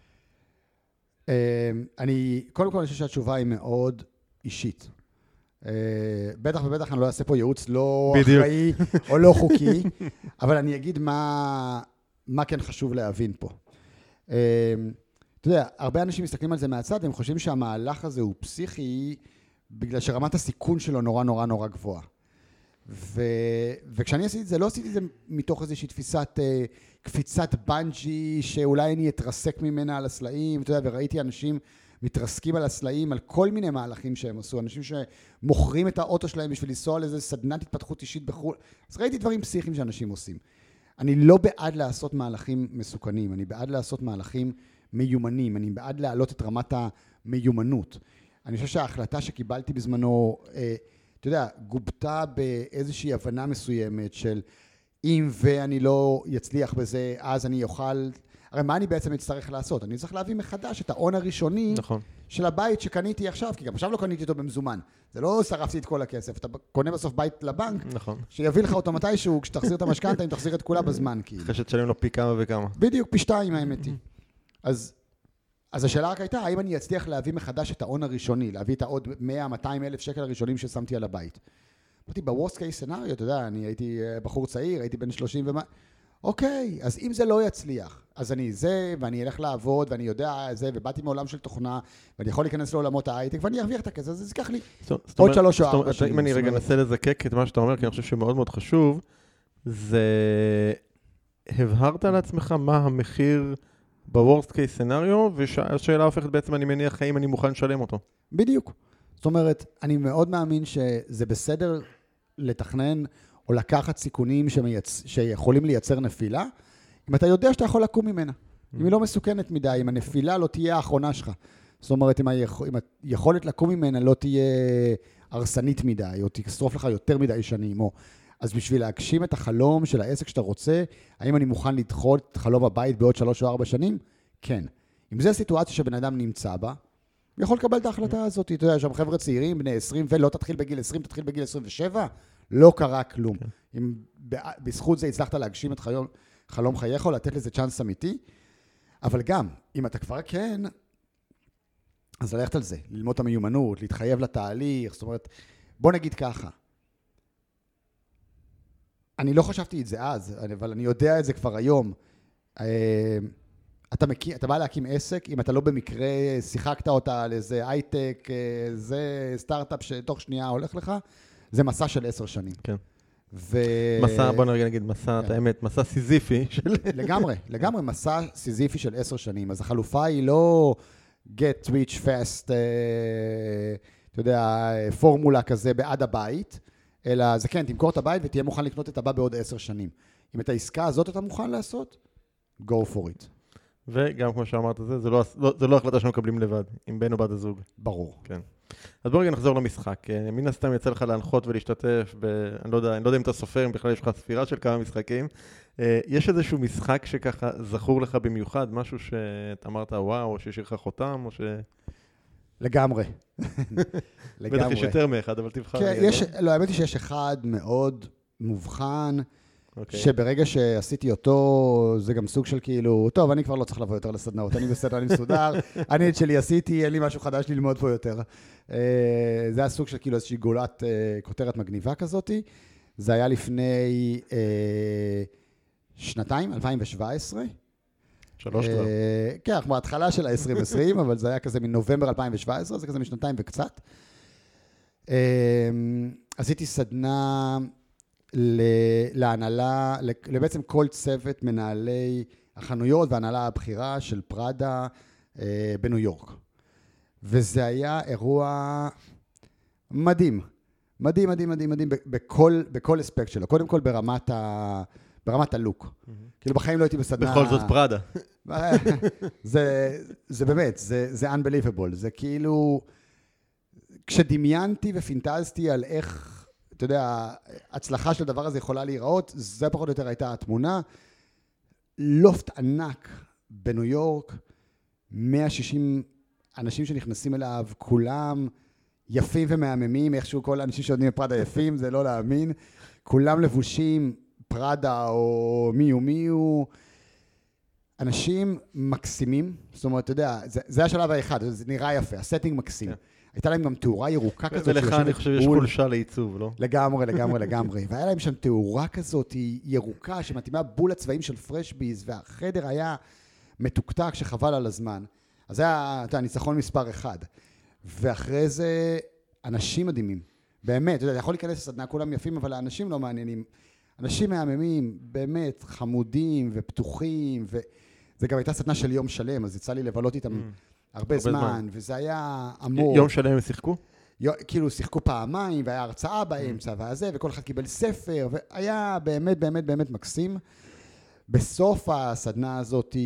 קודם כל אני חושב שהתשובה היא מאוד אישית. בטח ובטח אני לא אעשה פה ייעוץ לא אחראי או לא חוקי, אבל אני אגיד מה כן חשוב להבין פה. אתה יודע, הרבה אנשים מסתכלים על זה מהצד, הם חושבים שהמהלך הזה הוא פסיכי, בגלל שרמת הסיכון שלו נורא גבוהה. וכשאני עשיתי את זה, לא עשיתי את זה מתוך איזושהי תפיסת קפיצת בנג'י, שאולי אני אתרסק ממנה על הסלעים, אתה יודע, וראיתי אנשים מתרסקים על הסלעים, על כל מיני מהלכים שהם עשו, אנשים שמוכרים את האוטו שלהם בשביל לנסוע על איזה סדנת התפתחות אישית בחו"ל, אז ראיתי דברים פסיכיים שאנשים עושים. אני לא בעד לעשות מהלכים מסוכנים, אני בעד לעשות מהלכים מיומנים, אני בעד להעלות את רמת המיומנות. אני חושב שההחלטה שקיבלתי בזמנו, אתה יודע, גובתה באיזושהי הבנה מסוימת של אם ואני לא יצליח בזה, אז אני אוכל, הרי מה אני בעצם אצטרך לעשות? אני צריך להביא מחדש את ההון הראשוני נכון. של הבית שקניתי עכשיו, כי גם עכשיו לא קניתי אותו במזומן. זה לא שרפתי את כל הכסף. אתה קונה בסוף בית לבנק, נכון. שיביא לך אותו מתישהו, כשתחזיר את המשכנתה, אם תחזיר את כולה בזמן. אחרי שתשלם לו פי כמה וכמה. בדיוק, פי 2 האמת היא. אז השאלה רק הייתה, האם אני אצליח להביא מחדש את ההון הראשוני, להביא את העוד 100-200 אלף שקל הראשונים ששמתי על הבית. אמרתי, ב-worst case scenario, אתה יודע, אני הייתי בחור צעיר, הייתי בן 30 ומה... אוקיי, אז אם זה לא יצליח, אז אני זה, ואני אלך לעבוד, ואני יודע זה, ובאתי מעולם של תוכנה, ואני יכול להיכנס לעולמות ההייטק, ואני ארוויח את הכסף, אז זה ייקח לי עוד 3 או 4 שנים. אם אני רגע אנסה לזקק את מה שאתה אומר, כי אני חושב שמאוד מאוד חשוב, זה הבהרת לעצמך מה המחיר ב-worst case scenario, והשאלה הופכת בעצם, אני מניח, האם אני מוכן לשלם אותו. בדיוק. זאת אומרת, אני מאוד מאמין שזה בסדר לתכנן או לקחת סיכונים שיכולים לייצר נפילה, אם אתה יודע שאתה יכול לקום ממנה. אם היא לא מסוכנת מדי, אם הנפילה לא תהיה האחרונה שלך. זאת אומרת, אם היכולת לקום ממנה לא תהיה הרסנית מדי, או תשרוף לך יותר מדי שנים, אז בשביל להגשים את החלום של העסק שאתה רוצה, האם אני מוכן לדחות את חלום הבית בעוד 3 או 4 שנים? כן. אם זו הסיטואציה שבן אדם נמצא בה, הוא יכול לקבל את ההחלטה הזאת. אתה יודע, שם חבר'ה צעירים, בני 20, ולא תתחיל בגיל 20, תתחיל בגיל 27, לא קרה כלום. אם בזכות זה הצלחת להגשים את חלום חייך, או לתת לזה צ'אנס אמיתי, אבל גם, אם אתה כבר כן, אז ללכת על זה, ללמוד את המיומנות, להתחייב לתהליך, זאת אומרת, בוא נגיד ככה, אני לא חשבתי את זה אז, אבל אני יודע את זה כבר היום. אתה בא להקים עסק, אם אתה לא במקרה שיחקת אותה על איזה הייטק, זה סטארט-אפ שתוך שנייה הולך לך, זה מסע של 10 שנים. כן. מסע, בוא נגיד, מסע, את האמת, מסע סיזיפי של... לגמרי, מסע סיזיפי של 10 שנים. אז החלופה היא לא get rich fast, אתה יודע, פורמולה כזה בעד הבית, אלא זה כן, תמכור את הבית ותהיה מוכן לקנות את הבא בעוד 10 שנים. אם את העסקה הזאת אתה מוכן לעשות, go for it. וגם כמו שאמרת, זה לא החלטה שאנחנו מקבלים לבד, עם בן או בת הזוג. ברור. כן. אז בואו רגע נחזור למשחק. מן הסתם יצא לך להנחות ולהשתתף אני לא יודע אם אתה סופר, אם בכלל יש לך ספירה של כמה משחקים. יש איזשהו משחק שככה זכור לך במיוחד, משהו שאתה אמרת וואו, או שיש לך חותם, או ש... לגמרי. בטח יש יותר מאחד, אבל תבחר. כן, לא, האמת היא שיש אחד מאוד מובחן, שברגע שעשיתי אותו, זה גם סוג של כאילו, טוב, אני כבר לא צריך לבוא יותר לסדנאות, אני בסדר, אני מסודר, אני את שלי עשיתי, אין לי משהו חדש ללמוד פה יותר. זה הסוג של כאילו איזושהי גולת כותרת מגניבה כזאת. זה היה לפני 2 2017. 3 כבר. כן, אנחנו בהתחלה של ה-2020, אבל זה היה כזה מנובמבר 2017, זה כזה משנתיים וקצת. עשיתי סדנה להנהלה, לבעצם כל צוות מנהלי החנויות והנהלה הבחירה של פראדה בניו יורק. וזה היה אירוע מדהים, מדהים, מדהים, מדהים, מדהים, בכל אספקט שלו. קודם כל ברמת הלוק. כאילו בחיים לא הייתי בסדנה... בכל זאת פראדה. זה באמת, זה unbelievable. זה כאילו, כשדמיינתי ופינטזתי על איך, אתה יודע, הצלחה של הדבר הזה יכולה להיראות, זה פחות או יותר הייתה התמונה. לופט ענק בניו יורק, 160 אנשים שנכנסים אליו, כולם יפים ומהממים, איכשהו כל האנשים שעודנים בפראדה יפים, זה לא להאמין. כולם לבושים פראדה או מיו. אנשים מקסימים, זאת אומרת, אתה יודע, זה השלב האחד, זה נראה יפה, הסטינג מקסים. הייתה להם גם תאורה ירוקה כזאת. ולך אני חושב יש חולשה לעיצוב, לא? לגמרי. והיה להם שם תאורה כזאת ירוקה, שמתאימה בול הצבעים של פרשביז, והחדר היה מתוקתק שחבל על הזמן. אז זה היה, אתה יודע, ניצחון מספר 1. ואחרי זה, אנשים מדהימים. באמת, אתה יודע, יכול להיכנס לסדנה, כולם יפים, אבל האנשים לא מעניינים. אנשים מהממים, באמת, חמודים ופתוחים, וזה גם הייתה סדנה של יום שלם, אז יצא לי לבלות איתם הרבה זמן, וזה היה אמור. יום שלם הם שיחקו? כאילו שיחקו פעמיים, והיה הרצאה באמצע, וכל אחד קיבל ספר, והיה באמת, באמת, באמת מקסים. בסוף הסדנה הזאת,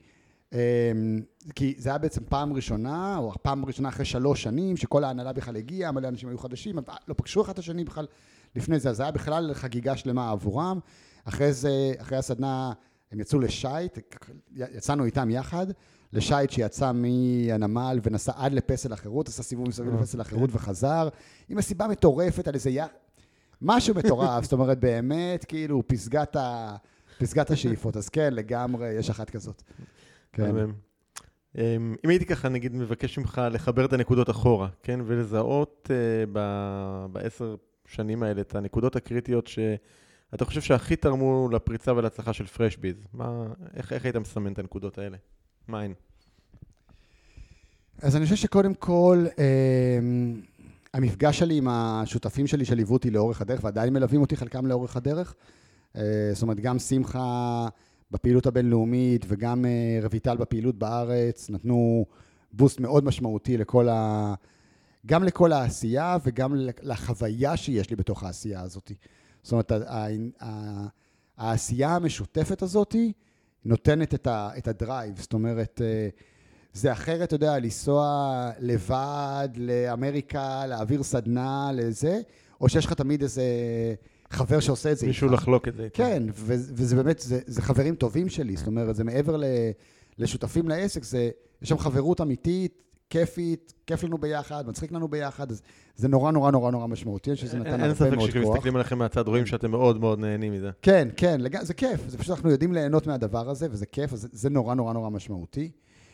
כי זה היה בעצם פעם ראשונה, או פעם ראשונה אחרי 3 שנים, שכל ההנהלה בכלל הגיעה, מלא אנשים היו חדשים, לא פגשו אחד את השני בכלל לפני זה, אז זה היה בכלל חגיגה שלמה עבורם. אחרי זה, אחרי הסדנה, הם יצאו לשייט, יצאנו איתם יחד, לשייט שיצא מהנמל ונסע עד לפסל החירות, עשה סיבוב מסביב לפסל החירות וחזר, עם הסיבה מטורפת על איזה משהו מטורף, זאת אומרת, באמת, כאילו, פסגת השאיפות. אז כן, לגמרי, יש אחת כזאת. כן. אם הייתי ככה, נגיד, מבקש ממך לחבר את הנקודות אחורה, כן? ולזהות ב10 שנים האלה את הנקודות הקריטיות שאתה חושב שהכי תרמו לפריצה ולהצלחה של פרשביז. איך היית מסמן את הנקודות האלה? מה הן? אז אני חושב שקודם כל, המפגש שלי עם השותפים שלי שליוו אותי לאורך הדרך, ועדיין מלווים אותי חלקם לאורך הדרך. זאת אומרת, גם שמחה בפעילות הבינלאומית וגם רביטל בפעילות בארץ, נתנו בוסט מאוד משמעותי גם לכל העשייה וגם לחוויה שיש לי בתוך העשייה הזאת. זאת אומרת, העשייה המשותפת הזאת נותנת את הדרייב. זאת אומרת, זה אחרת, אתה יודע, לנסוע לבד לאמריקה, להעביר סדנה לזה, או שיש לך תמיד איזה חבר שעושה את זה. מישהו לחלוק את זה. כן, וזה באמת, זה חברים טובים שלי, זאת אומרת, זה מעבר לשותפים לעסק, יש שם חברות אמיתית, כיפית, כיף לנו ביחד, מצחיק לנו ביחד, אז זה נורא נורא נורא נורא משמעותי, שזה נתן הרבה מאוד כוח. אין ספק שכשמסתכלים עליכם מהצד, רואים שאתם מאוד מאוד נהנים מזה. כן, כן, זה כיף, זה פשוט אנחנו יודעים ליהנות מהדבר הזה, וזה כיף, אז זה נורא נורא נורא משמעותי.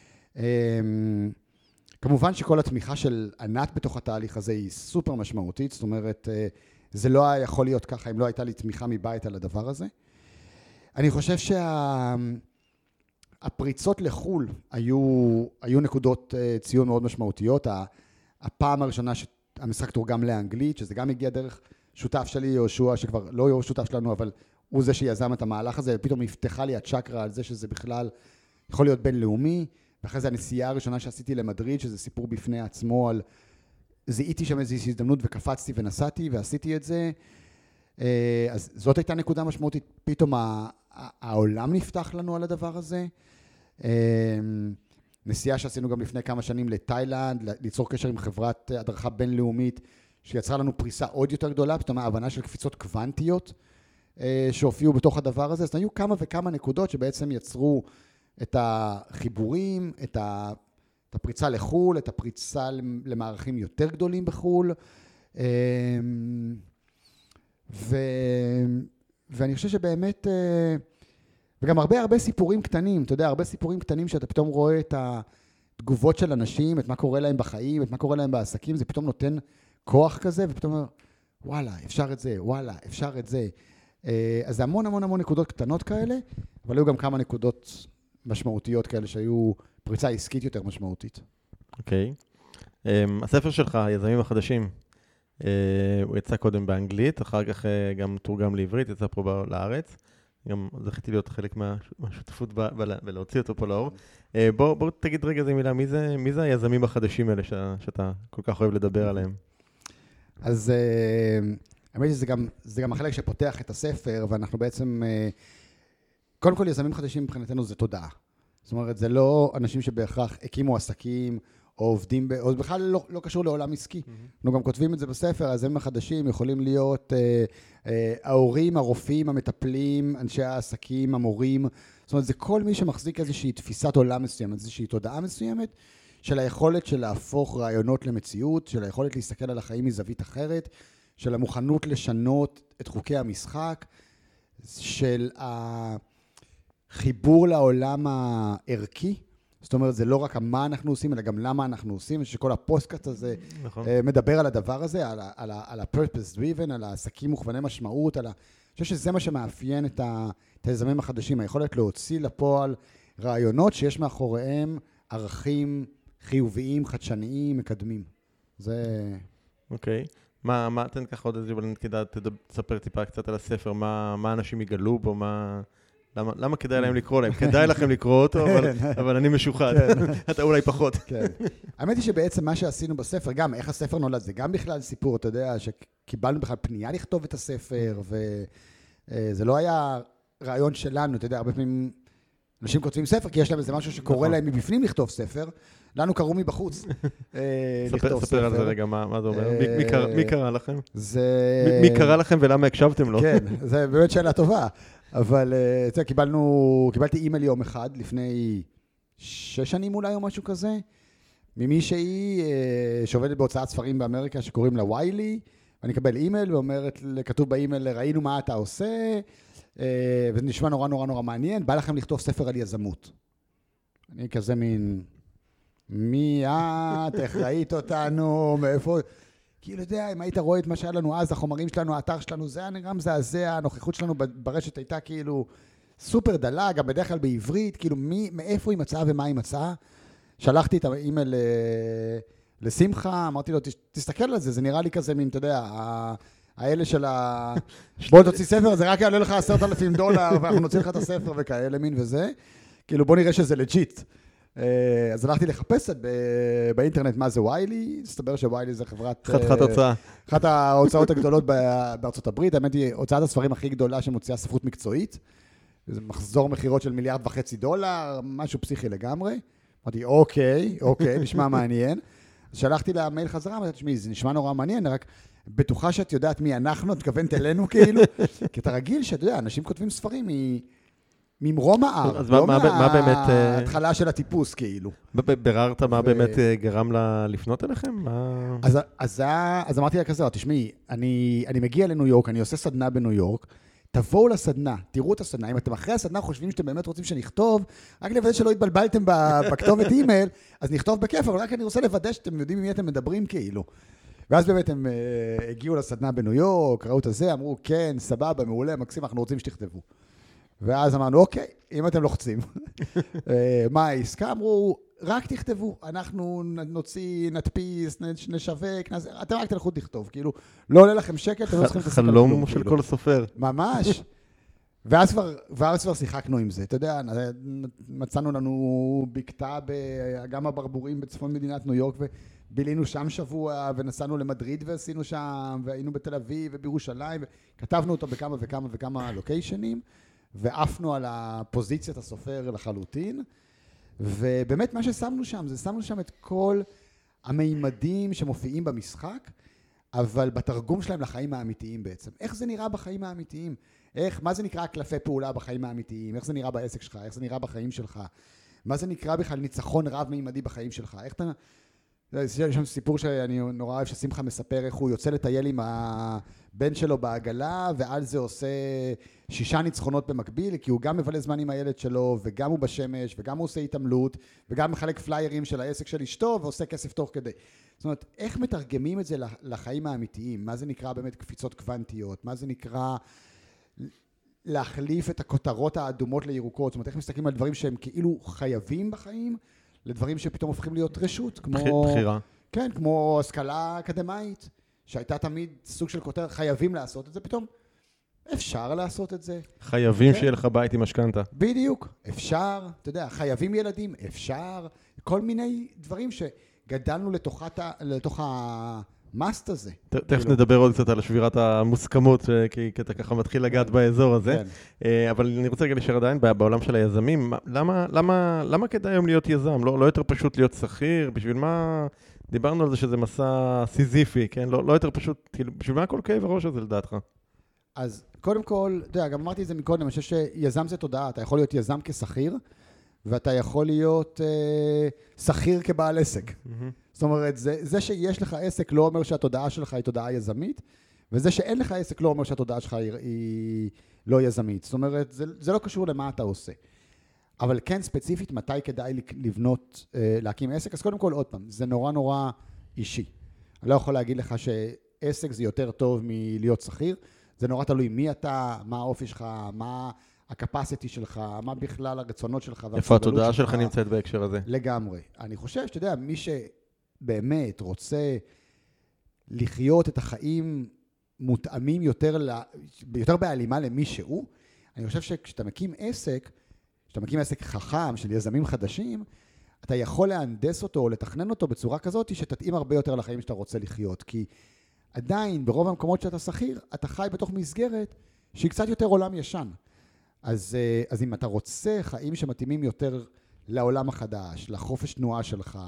כמובן שכל התמיכה של ענת בתוך התהליך הזה היא סופר משמעותית, זאת אומרת, זה לא היה יכול להיות ככה אם לא הייתה לי תמיכה מבית על הדבר הזה. אני חושב שהפריצות לחול היו נקודות ציון מאוד משמעותיות. הפעם הראשונה שהמשחק תורגם לאנגלית, שזה גם הגיע דרך שותף שלי, יהושע, שכבר לא יהיה שותף שלנו, אבל הוא זה שיזם את המהלך הזה, ופתאום נפתחה לי הצ'קרה על זה שזה בכלל יכול להיות בינלאומי, ואחרי זה הנסיעה הראשונה שעשיתי למדריד, שזה סיפור בפני עצמו על... זיהיתי שם איזושהי הזדמנות וקפצתי ונסעתי ועשיתי את זה. אז זאת הייתה נקודה משמעותית. פתאום העולם נפתח לנו על הדבר הזה. נסיעה שעשינו גם לפני כמה שנים לתאילנד, ליצור קשר עם חברת הדרכה בינלאומית, שיצרה לנו פריסה עוד יותר גדולה, פתאום ההבנה של קפיצות קוונטיות שהופיעו בתוך הדבר הזה. אז היו כמה וכמה נקודות שבעצם יצרו את החיבורים, את הפריצה לחול, את הפריצה למערכים יותר גדולים בחול, ואני חושב שבאמת, וגם הרבה סיפורים קטנים, אתה יודע, הרבה סיפורים קטנים שאתה פתאום רואה את התגובות של אנשים, את מה קורה להם בחיים, את מה קורה להם בעסקים, זה פתאום נותן כוח כזה, ופתאום אומר, וואלה, אפשר את זה, וואלה, אפשר את זה. אז זה המון המון המון נקודות קטנות כאלה, אבל היו גם כמה נקודות משמעותיות כאלה שהיו פריצה עסקית יותר משמעותית. אוקיי. הספר שלך, היזמים החדשים, הוא יצא קודם באנגלית, אחר כך גם תורגם לעברית, יצא פה לארץ. גם זכיתי להיות חלק מהשותפות ולהוציא אותו פה לאור. בוא תגיד רגע איזה מילה, מי זה היזמים החדשים האלה שאתה כל כך אוהב לדבר עליהם? אז האמת שזה גם החלק שפותח את הספר, ואנחנו בעצם, קודם כל יזמים חדשים מבחינתנו זה תודעה. זאת אומרת, זה לא אנשים שבהכרח הקימו עסקים, או עובדים, או זה בכלל לא קשור לעולם עסקי. אנחנו גם כותבים את זה בספר, היזמים החדשים יכולים להיות ההורים, הרופאים, המטפלים, אנשי העסקים, המורים. זאת אומרת, זה כל מי שמחזיק איזושהי תפיסת עולם מסוימת, איזושהי תודעה מסוימת, של היכולת של להפוך רעיונות למציאות, של היכולת להסתכל על החיים מזווית אחרת, של המוכנות לשנות את חוקי המשחק, של החיבור לעולם הערכי. זאת אומרת, זה לא רק מה אנחנו עושים, אלא גם למה אנחנו עושים, שכל הפוסטקאסט הזה מדבר על הדבר הזה, על ה-purpose driven, על העסקים מוכווני משמעות, אני חושב שזה מה שמאפיין את היזמים החדשים, היכולת להוציא לפועל רעיונות שיש מאחוריהם ערכים חיוביים, חדשניים, מקדמים. זה... אוקיי. מה אתן ככה עוד איזה, אבל כדאי תספר טיפה קצת על הספר, מה אנשים יגלו בו, למה כדאי להם לקרוא להם? כדאי לכם לקרוא אותו, אבל אני משוחד. אתה אולי פחות. האמת היא שבעצם מה שעשינו בספר, גם איך הספר נולד, זה גם בכלל סיפור, אתה יודע, שקיבלנו בכלל פנייה לכתוב את הספר, וזה לא היה רעיון שלנו, אתה יודע, הרבה פעמים אנשים כותבים ספר, כי יש להם איזה משהו שקורא להם מבפנים לכתוב ספר, לנו קראו מבחוץ לכתוב ספר. ספר על זה רגע, מה זה אומר? מי קרא לכם? מי קרא לכם ולמה הקשבתם לו? כן, זה באמת שאלה טובה. אבל אתה יודע, קיבלתי אימייל יום אחד, לפני 6 שנים אולי או משהו כזה, ממישהי שעובדת בהוצאת ספרים באמריקה שקוראים לה ויילי, ואני אקבל אימייל ואומרת, כתוב באימייל, ראינו מה אתה עושה, וזה נשמע נורא נורא נורא מעניין, בא לכם לכתוב ספר על יזמות. אני כזה מין, מי את, איך ראית אותנו, מאיפה, כאילו יודע, אם היית רואה את מה שהיה לנו אז, החומרים שלנו, האתר שלנו, זה היה נראה מזעזע, הנוכחות שלנו ברשת הייתה כאילו סופר דלה, גם בדרך כלל בעברית, כאילו מאיפה היא מצאה ומה היא מצאה. שלחתי את האימייל לשמחה, אמרתי לו, תסתכל על זה, זה נראה לי כזה מין, אתה יודע, האלה של בוא תוציא ספר, זה רק יעלה לך $10,000, ואנחנו נוציא לך את הספר וכאלה מין וזה. כאילו בוא נראה שזה לג'יט. אז הלכתי לחפש באינטרנט מה זה ויילי, הסתבר שוויילי זה חברת... חתיכת הוצאה. אחת ההוצאות הגדולות בארצות הברית, האמת היא הוצאת הספרים הכי גדולה שמוציאה ספרות מקצועית, זה מחזור מחירות של $1.5 מיליארד, משהו פסיכי לגמרי. אמרתי, אוקיי, נשמע מעניין. אז שלחתי לה מייל חזרה, אמרתי, תשמעי, זה נשמע נורא מעניין, רק בטוחה שאת יודעת מי אנחנו, את מתכוונת אלינו כאילו, כי אתה רגיל שאתה יודע, אנשים כותבים ספרים ממרום ההר, לא מההתחלה של הטיפוס כאילו. בררת מה באמת גרם לה לפנות אליכם? אז אמרתי לה כזה, תשמעי, אני מגיע לניו יורק, אני עושה סדנה בניו יורק, תבואו לסדנה, תראו את הסדנה, אם אתם אחרי הסדנה חושבים שאתם באמת רוצים שנכתוב, רק לוודא שלא התבלבלתם בכתובת אימייל, אז נכתוב בכיף, אבל רק אני רוצה לוודא שאתם יודעים עם מי אתם מדברים כאילו. ואז באמת הם הגיעו לסדנה בניו יורק, ראו את זה, אמרו, כן, סבבה, מעולה, מקסים, אנחנו רוצים שתכתבו. ואז אמרנו, אוקיי, אם אתם לוחצים, מה העסקה? אמרו, רק תכתבו, אנחנו נוציא, נדפיס, נשווק, אתם רק תלכו לכתוב, כאילו, לא עולה לכם שקל, אתם לא צריכים להתעסק על כלום. חלום של כל סופר. ממש. ואז כבר שיחקנו עם זה, אתה יודע, מצאנו לנו בקתה באגם הברבורים בצפון מדינת ניו יורק, ובילינו שם שבוע, ונסענו למדריד ועשינו שם, והיינו בתל אביב ובירושלים, וכתבנו אותו בכמה וכמה וכמה לוקיישנים, ועפנו על הפוזיציית הסופר לחלוטין, ובאמת מה ששמנו שם, זה שמנו שם את כל המימדים שמופיעים במשחק, אבל בתרגום שלהם לחיים האמיתיים בעצם. איך זה נראה בחיים האמיתיים? מה זה נקרא קלפי פעולה בחיים האמיתיים? איך זה נראה בעסק שלך? איך זה נראה בחיים שלך? מה זה נקרא בכלל ניצחון רב-מימדי בחיים שלך? איך אתה... יש שם סיפור שאני נורא אוהב ששמחה מספר איך הוא יוצא לטייל עם הבן שלו בעגלה, ועל זה עושה 6 ניצחונות במקביל, כי הוא גם מבלה זמן עם הילד שלו, וגם הוא בשמש, וגם הוא עושה התעמלות, וגם מחלק פליירים של העסק של אשתו, ועושה כסף תוך כדי. זאת אומרת, איך מתרגמים את זה לחיים האמיתיים? מה זה נקרא באמת קפיצות קוונטיות? מה זה נקרא להחליף את הכותרות האדומות לירוקות? זאת אומרת, איך מסתכלים על דברים שהם כאילו חייבים בחיים, לדברים שפתאום הופכים להיות רשות, כמו... בחירה. כן, כמו השכלה אקדמית, שהייתה תמיד סוג של כותר, חייבים לעשות את זה, פתאום אפשר לעשות את זה. חייבים שיהיה לך בית עם משכנתה. בדיוק, אפשר, אתה יודע, חייבים ילדים, אפשר, כל מיני דברים שגדלנו לתוך המאסט הזה. תכף נדבר עוד קצת על שבירת המוסכמות, כי אתה ככה מתחיל לגעת באזור הזה. אבל אני רוצה רגע להישאר עדיין בעולם של היזמים. למה כדאי היום להיות יזם? לא יותר פשוט להיות שכיר? בשביל מה... דיברנו על זה שזה מסע סיזיפי, כן? לא יותר פשוט, בשביל מה כל כאב הראש הזה לדעתך? אז קודם כל, אתה יודע, גם אמרתי את זה מקודם, אני חושב שיזם זה תודעה, אתה יכול להיות יזם כשכיר, ואתה יכול להיות שכיר כבעל עסק. זאת אומרת, זה שיש לך עסק לא אומר שהתודעה שלך היא תודעה יזמית, וזה שאין לך עסק לא אומר שהתודעה שלך היא לא יזמית. זאת אומרת, זה לא קשור למה אתה עושה. אבל כן ספציפית, מתי כדאי לבנות, להקים עסק? אז קודם כל, עוד פעם, זה נורא נורא אישי. אני לא יכול להגיד לך שעסק זה יותר טוב מלהיות שכיר, זה נורא תלוי מי אתה, מה האופי שלך, מה הקפסיטי שלך, מה בכלל הרצונות שלך. איפה התודעה שלך נמצאת בהקשר הזה? לגמרי. אני חושב שאתה יודע, מי שבאמת רוצה לחיות את החיים מותאמים יותר בהלימה למי שהוא, אני חושב שכשאתה מקים עסק, כשאתה מקים עסק חכם של יזמים חדשים, אתה יכול להנדס אותו או לתכנן אותו בצורה כזאת שתתאים הרבה יותר לחיים שאתה רוצה לחיות. כי עדיין, ברוב המקומות שאתה שכיר, אתה חי בתוך מסגרת שהיא קצת יותר עולם ישן. אז אם אתה רוצה חיים שמתאימים יותר לעולם החדש, לחופש תנועה שלך,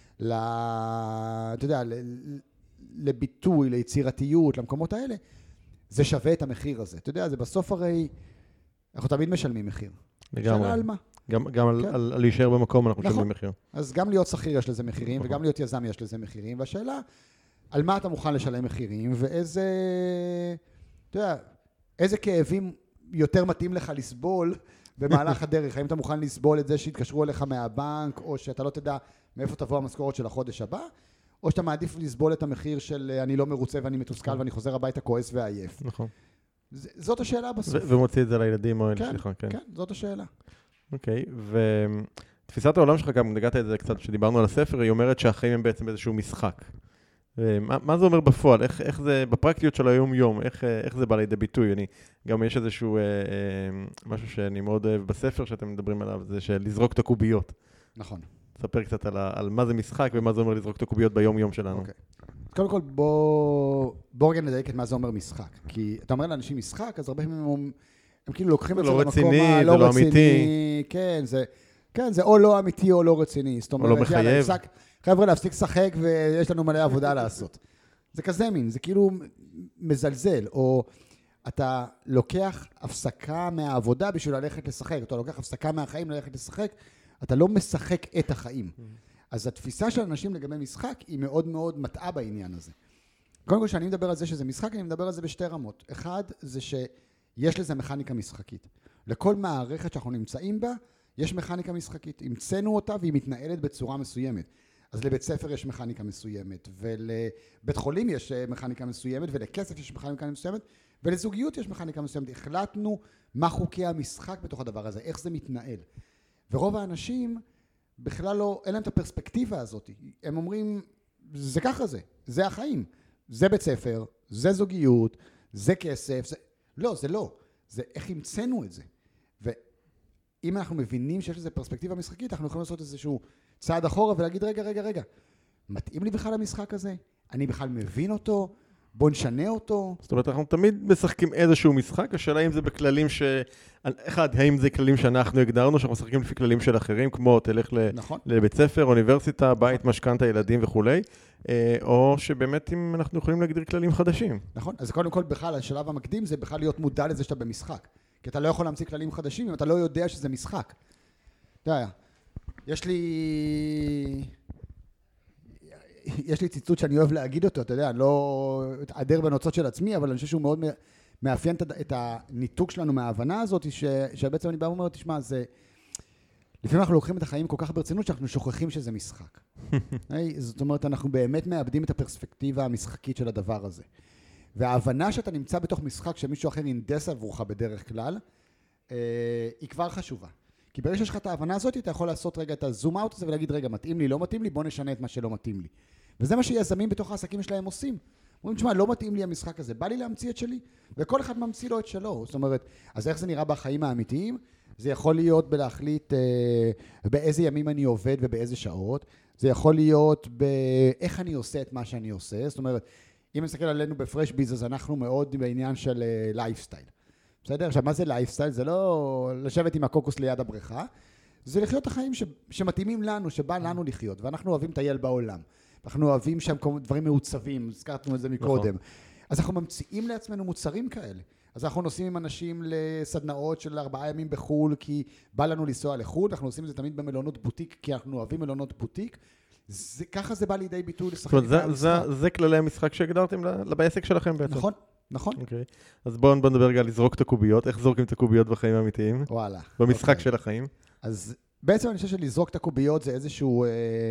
אתה יודע, לביטוי, ליצירתיות, למקומות האלה, זה שווה את המחיר הזה. אתה יודע, זה בסוף הרי... אנחנו תמיד משלמים מחיר. לגמרי. שאלה על מה? גם על להישאר במקום אנחנו משלמים מחיר. אז גם להיות שכיר יש לזה מחירים, וגם להיות יזם יש לזה מחירים, והשאלה, על מה אתה מוכן לשלם מחירים, ואיזה, אתה יודע, איזה כאבים יותר מתאים לך לסבול במהלך הדרך. האם אתה מוכן לסבול את זה שהתקשרו אליך מהבנק, או שאתה לא תדע מאיפה תבוא המשכורת של החודש הבא, או שאתה מעדיף לסבול את המחיר של אני לא מרוצה ואני מתוסכל ואני חוזר הביתה כועס ועייף. נכון. זאת השאלה בסוף. ומוציא את זה לילדים או כן, סליחה, כן. כן, זאת השאלה. אוקיי, ותפיסת העולם שלך, גם נגעת את זה קצת, שדיברנו על הספר, היא אומרת שהחיים הם בעצם איזשהו משחק. מה זה אומר בפועל? איך זה, בפרקטיות של היום-יום, איך זה בא לידי ביטוי? גם יש איזשהו משהו שאני מאוד אוהב בספר שאתם מדברים עליו, זה של לזרוק את הקוביות. נכון. תספר קצת על מה זה משחק ומה זה אומר לזרוק את הקוביות ביום-יום שלנו. אוקיי. קודם כל, בוא רגע נדייק את מה זה אומר משחק. כי אתה אומר לאנשים משחק, אז הרבה פעמים הם כאילו לוקחים את זה למקום הלא רציני. כן, זה או לא אמיתי או לא רציני. או לא מחייב. חבר'ה, להפסיק לשחק ויש לנו מלא עבודה לעשות. זה כזה מין, זה כאילו מזלזל, או אתה לוקח הפסקה מהעבודה בשביל ללכת לשחק, אתה לוקח הפסקה מהחיים ללכת לשחק, אתה לא משחק את החיים. אז התפיסה של אנשים לגבי משחק היא מאוד מאוד מטעה בעניין הזה. קודם כל, כשאני מדבר על זה שזה משחק, אני מדבר על זה בשתי רמות. אחד, זה שיש לזה מכניקה משחקית. לכל מערכת שאנחנו נמצאים בה, יש מכניקה משחקית. המצאנו אותה והיא מתנהלת בצורה מסוימת. אז לבית ספר יש מכניקה מסוימת, ולבית חולים יש מכניקה מסוימת, ולכסף יש מכניקה מסוימת, ולזוגיות יש מכניקה מסוימת. החלטנו מה חוקי המשחק בתוך הדבר הזה, איך זה מתנהל. ורוב האנשים בכלל לא, אין להם את הפרספקטיבה הזאת. הם אומרים, זה ככה זה החיים. זה בית ספר, זה זוגיות, זה כסף, זה... לא, זה לא. זה איך המצאנו את זה. ואם אנחנו מבינים שיש לזה פרספקטיבה משחקית, אנחנו יכולים לעשות איזשהו צעד אחורה ולהגיד, רגע, מתאים לי בכלל המשחק הזה? אני בכלל מבין אותו? בוא נשנה אותו. זאת אומרת, אנחנו תמיד משחקים איזשהו משחק, השאלה אם זה בכללים אחד, האם זה כללים שאנחנו הגדרנו, שאנחנו משחקים לפי כללים של אחרים, כמו תלך לבית ספר, אוניברסיטה, בית, משכנתא, ילדים וכולי, או שבאמת אם אנחנו יכולים להגדיר כללים חדשים. נכון, אז קודם כל בכלל, השלב המקדים זה בכלל להיות מודע לזה שאתה במשחק. כי אתה לא יכול להמציא כללים חדשים אם אתה לא יודע שזה משחק. אתה יודע, יש לי ציטוט שאני אוהב להגיד אותו, אתה יודע, אני לא אתעדר בנוצות של עצמי, אבל אני חושב שהוא מאוד מאפיין את הניתוק שלנו מההבנה הזאת, שבעצם אני בא ואומר, תשמע, זה... לפעמים אנחנו לוקחים את החיים כל כך ברצינות, שאנחנו שוכחים שזה משחק. זאת אומרת, אנחנו באמת מאבדים את הפרספקטיבה המשחקית של הדבר הזה. וההבנה שאתה נמצא בתוך משחק שמישהו אחר ינדס עבורך בדרך כלל, היא כבר חשובה. כי ברגע שיש לך את ההבנה הזאת, אתה יכול לעשות רגע את הזום אאוט הזה ולהגיד, רגע, מתאים לי, לא מתאים לי, בוא נשנה את מה שלא מתאים לי. וזה מה שיזמים בתוך העסקים שלהם עושים. אומרים, תשמע, לא מתאים לי המשחק הזה, בא לי להמציא את שלי, וכל אחד ממציא לו את שלו. זאת אומרת, אז איך זה נראה בחיים האמיתיים? זה יכול להיות בלהחליט באיזה ימים אני עובד ובאיזה שעות. זה יכול להיות באיך אני עושה את מה שאני עושה. זאת אומרת, אם נסתכל עלינו בפרשביז, אז אנחנו מאוד בעניין של לייפסטייל. בסדר? עכשיו, מה זה לייפסטייל? זה לא לשבת עם הקוקוס ליד הבריכה, זה לחיות את החיים שמתאימים לנו, שבא לנו לחיות, ואנחנו אוהבים לטייל בעולם. אנחנו אוהבים שם דברים מעוצבים, הזכרנו את זה מקודם. אז אנחנו ממציאים לעצמנו מוצרים כאלה. אז אנחנו נוסעים עם אנשים לסדנאות של 4 ימים בחול, כי בא לנו לנסוע לחול, אנחנו עושים את זה תמיד במלונות בוטיק, כי אנחנו אוהבים מלונות בוטיק. ככה זה בא לידי ביטוי לשחק. זה כללי המשחק שהגדרתם בעסק שלכם בעצם. נכון. אוקיי. אז בואו נדבר רגע על לזרוק את הקוביות. איך זורקים את הקוביות בחיים האמיתיים? וואלה. במשחק של החיים. אז בעצם אני חושב שלזרוק את הקוביות זה איזשהו...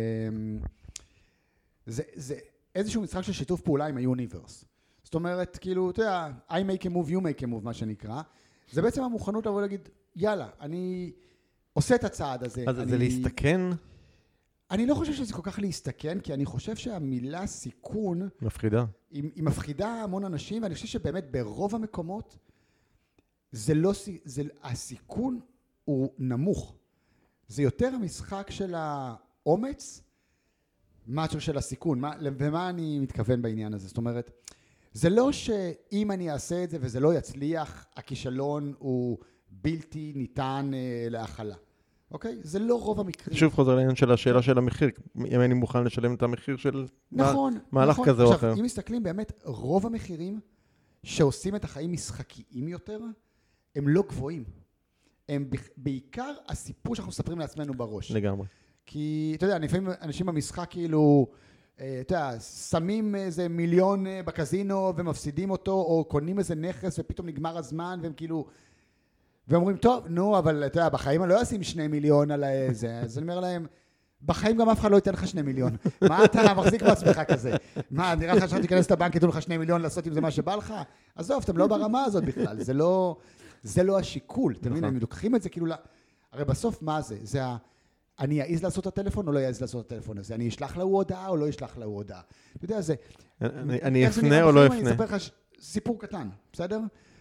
זה איזשהו משחק של שיתוף פעולה עם היוניברס. זאת אומרת, כאילו, אתה יודע, I make a move, you make a move, מה שנקרא. זה בעצם המוכנות לבוא להגיד, יאללה, אני עושה את הצעד הזה. אז זה להסתכן? אני לא חושב שזה כל כך להסתכן, כי אני חושב שהמילה סיכון... מפחידה. היא מפחידה המון אנשים, ואני חושב שבאמת ברוב המקומות, הסיכון הוא נמוך. זה יותר המשחק של האומץ, משהו של הסיכון. ומה אני מתכוון בעניין הזה? זאת אומרת, זה לא שאם אני אעשה את זה וזה לא יצליח, הכישלון הוא בלתי ניתן להכלה. אוקיי? זה לא רוב המקרים. שוב חוזר לעניין של השאלה של המחיר. אם אני מוכן לשלם את המחיר של מהלך כזה או אחר. עכשיו, אם מסתכלים באמת, רוב המחירים שעושים את החיים משחקיים יותר, הם לא גבוהים. הם בעיקר הסיפור שאנחנו מספרים לעצמנו בראש. לגמרי. כי, אתה יודע, לפעמים אנשים במשחק כאילו, אתה יודע, שמים איזה מיליון בקזינו ומפסידים אותו, או קונים איזה נכס ופתאום נגמר הזמן, והם כאילו, ואומרים, טוב, נו, אבל אתה יודע, בחיים אני לא אשים 2 מיליון על זה, אז אני אומר להם, בחיים גם אף אחד לא ייתן לך 2 מיליון. מה אתה מחזיק בעצמך כזה? מה, נראה לך שאתה תיכנס לבנק, יתנו לך 2 מיליון לעשות עם זה מה שבא לך? עזוב, אתם לא ברמה הזאת בכלל, זה לא השיקול, אתם מבינים, הם לוקחים את זה כאילו, הרי בסוף מה זה? זה אני אעז לעשות את הטלפון או לא אעז לעשות את הטלפון הזה? אני אשלח לו הודעה או לא אשלח לו הודעה? אתה יודע, זה... אני אפנה או לא אפנה? אני אספר לך סיפור קטן, בסדר?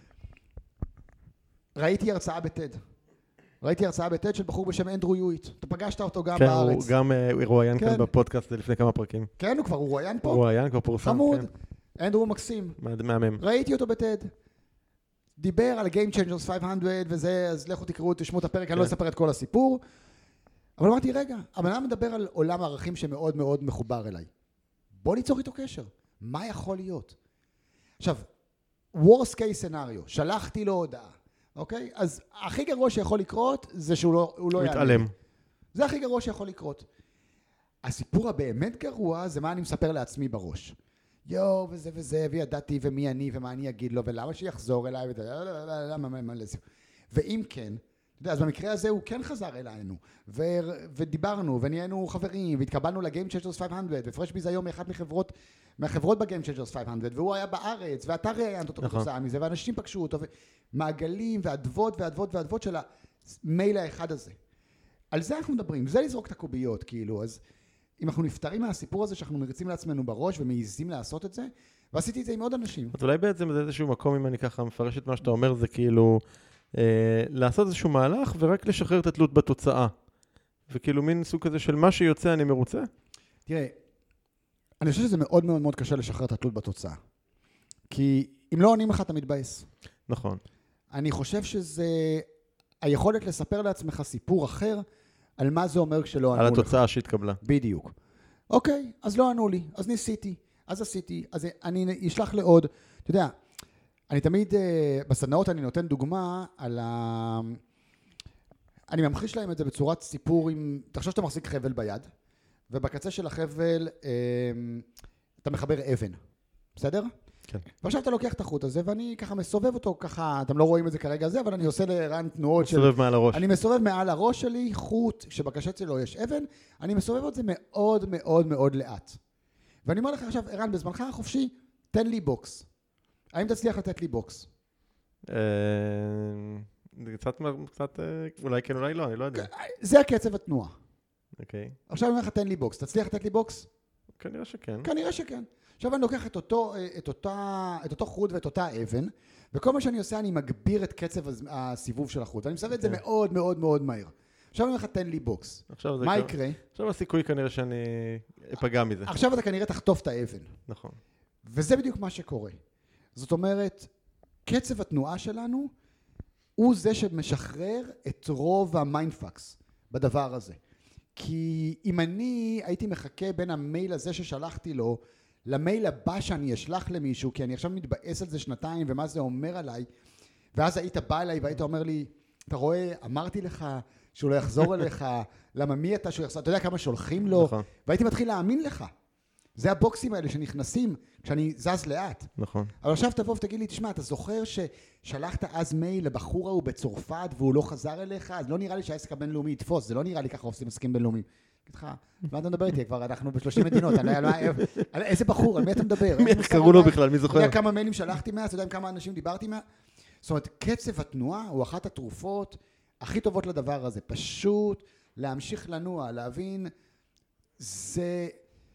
ראיתי הרצאה בטד של בחור בשם אנדרו יואיט. אתה פגשת אותו גם בארץ. כן, הוא גם רואיין כאן בפודקאסט לפני כמה פרקים. כן, הוא כבר רואיין פה? הוא רואיין, כבר פורסם. חמוד. אנדרו מקסים. מהמם. ראיתי אותו בטד. דיבר על Game Changers 500 וזה, אז לכו תקראו, תשמעו את הפרק, אני לא אספר את כל הסיפור. אבל אמרתי, רגע, הבן אדם מדבר על עולם הערכים שמאוד מאוד מחובר אליי. בוא ניצור איתו קשר. מה יכול להיות? עכשיו, worst case scenario, שלחתי לו הודעה, אוקיי? אז הכי גרוע שיכול לקרות זה שהוא לא מתעלם. זה הכי גרוע שיכול לקרות. הסיפור הבאמת גרוע זה מה אני מספר לעצמי בראש. יו, וזה וזה, וידעתי, ומי אני, ומה אני אגיד לו, ולמה שיחזור אליי, ואם כן, אז במקרה הזה הוא כן חזר אלינו, ודיברנו, ונהיינו חברים, והתקבלנו לגיים צ'נג'רס 500, ופרשביז היום מאחת מהחברות בגיים צ'נג'רס 500, והוא היה בארץ, ואתה ראיינת אותו כתוצאה מזה, ואנשים פגשו אותו, ומעגלים, ואדוות של המייל האחד הזה. על זה אנחנו מדברים, זה לזרוק את הקוביות, כאילו, אז אם אנחנו נפטרים מהסיפור הזה, שאנחנו מריצים לעצמנו בראש, ומעיזים לעשות את זה, ועשיתי את זה עם עוד אנשים. אז אולי בעצם זה איזשהו מקום, אם אני ככה מפרש את מה שאתה אומר, זה כאילו לעשות איזשהו מהלך ורק לשחרר את התלות בתוצאה. וכאילו מין סוג כזה של מה שיוצא אני מרוצה? תראה, אני חושב שזה מאוד מאוד מאוד קשה לשחרר את התלות בתוצאה. כי אם לא עונים לך אתה מתבאס. נכון. אני חושב שזה היכולת לספר לעצמך סיפור אחר על מה זה אומר כשלא ענו לך. על התוצאה שהתקבלה. בדיוק. אוקיי, אז לא ענו לי, אז ניסיתי, אז עשיתי, אז אני אשלח לעוד. אתה יודע, אני תמיד, בסדנאות אני נותן דוגמה על אני ממחיש להם את זה בצורת סיפור עם, תחשוב שאתה מחזיק חבל ביד, ובקצה של החבל אתה מחבר אבן, בסדר? כן. ועכשיו אתה לוקח את החוט הזה, ואני ככה מסובב אותו, ככה, אתם לא רואים את זה כרגע זה, אבל אני עושה לרן תנועות של... מסובב מעל הראש. אני מסובב מעל הראש שלי חוט, שבקשת שלו יש אבן, אני מסובב את זה מאוד מאוד מאוד לאט. ואני אומר לך עכשיו, ערן, בזמנך החופשי, תן לי בוקס. האם תצליח לתת לי בוקס? קצת, אולי כן, אולי לא, אני לא יודע. זה הקצב התנועה. אוקיי. עכשיו אני אומר לך, תן לי בוקס. תצליח לתת לי בוקס? כנראה שכן. כנראה שכן. עכשיו אני לוקח את אותו חוט ואת אותה אבן, וכל מה שאני עושה, אני מגביר את קצב הסיבוב של החוט. אני מסובב את זה מאוד מאוד מאוד מהר. עכשיו אני אומר לך, תן לי בוקס. מה יקרה? עכשיו הסיכוי כנראה שאני אפגע מזה. עכשיו אתה כנראה תחטוף את האבן. נכון. וזה בדיוק מה שקורה. זאת אומרת, קצב התנועה שלנו הוא זה שמשחרר את רוב המיינדפאקס בדבר הזה. כי אם אני הייתי מחכה בין המייל הזה ששלחתי לו, למייל הבא שאני אשלח למישהו, כי אני עכשיו מתבאס על זה שנתיים, ומה זה אומר עליי, ואז היית בא אליי והיית אומר לי, אתה רואה, אמרתי לך שהוא לא יחזור אליך, למה מי אתה שהוא יחזור, אתה יודע כמה שולחים לו, נכון. והייתי מתחיל להאמין לך. זה הבוקסים האלה שנכנסים כשאני זז לאט. נכון. אבל עכשיו תבוא ותגיד לי, תשמע, אתה זוכר ששלחת אז מייל לבחור ההוא בצרפת והוא לא חזר אליך? אז לא נראה לי שהעסק הבינלאומי יתפוס, זה לא נראה לי ככה עושים עסקים בינלאומיים. אגיד לך, מה אתה מדבר איתי? כבר אנחנו ב-30 מדינות, על איזה בחור, על מי אתה מדבר? איך קראו לו בכלל, מי זוכר? אתה יודע כמה מיילים שלחתי מאז, אתה יודע עם כמה אנשים דיברתי מאז? זאת אומרת, קצב התנועה הוא אחת התרופות הכי טובות לדבר הזה. פשוט להמשיך לנוע, להבין, זה...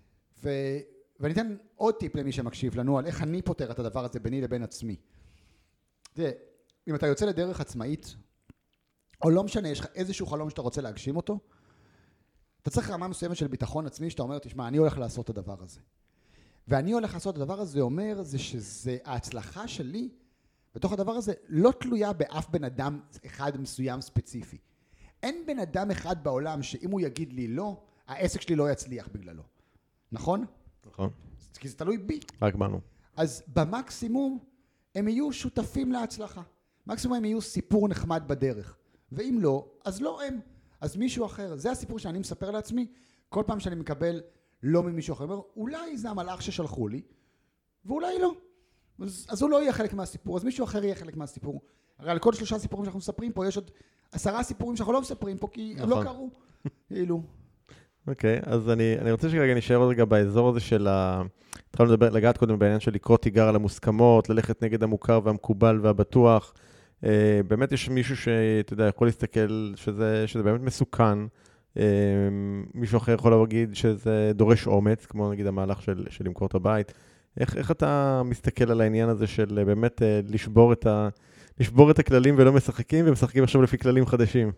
ואני אתן עוד טיפ למי שמקשיב לנו על איך אני פותר את הדבר הזה ביני לבין עצמי. תראה, אם אתה יוצא לדרך עצמאית, או לא משנה, יש לך איזשהו חלום שאתה רוצה להגשים אותו, אתה צריך רמה מסוימת של ביטחון עצמי שאתה אומר, תשמע, אני הולך לעשות את הדבר הזה. ואני הולך לעשות את הדבר הזה אומר, זה שזה ההצלחה שלי בתוך הדבר הזה לא תלויה באף בן אדם אחד מסוים ספציפי. אין בן אדם אחד בעולם שאם הוא יגיד לי לא, העסק שלי לא יצליח בגללו. נכון? נכון. כי זה תלוי בי. רק בנו. אז במקסימום הם יהיו שותפים להצלחה. מקסימום הם יהיו סיפור נחמד בדרך. ואם לא, אז לא הם, אז מישהו אחר. זה הסיפור שאני מספר לעצמי, כל פעם שאני מקבל לא ממישהו אחר, אומר, אולי זה המלאך ששלחו לי, ואולי לא. אז הוא לא יהיה חלק מהסיפור, אז מישהו אחר יהיה חלק מהסיפור. הרי על כל 3 סיפורים שאנחנו מספרים פה, יש עוד 10 סיפורים שאנחנו לא מספרים פה, כי הם לא קרו. אילו. אוקיי, אז אני רוצה שכרגע נשאר עוד רגע באזור הזה של התחלנו לגעת קודם בעניין של לקרוא תיגר על המוסכמות, ללכת נגד המוכר והמקובל והבטוח. באמת יש מישהו שאתה יודע, יכול להסתכל שזה באמת מסוכן. מישהו אחר יכול להגיד שזה דורש אומץ, כמו נגיד המהלך של למכור את הבית. איך אתה מסתכל על העניין הזה של באמת לשבור את הכללים ולא משחקים, ומשחקים עכשיו לפי כללים חדשים?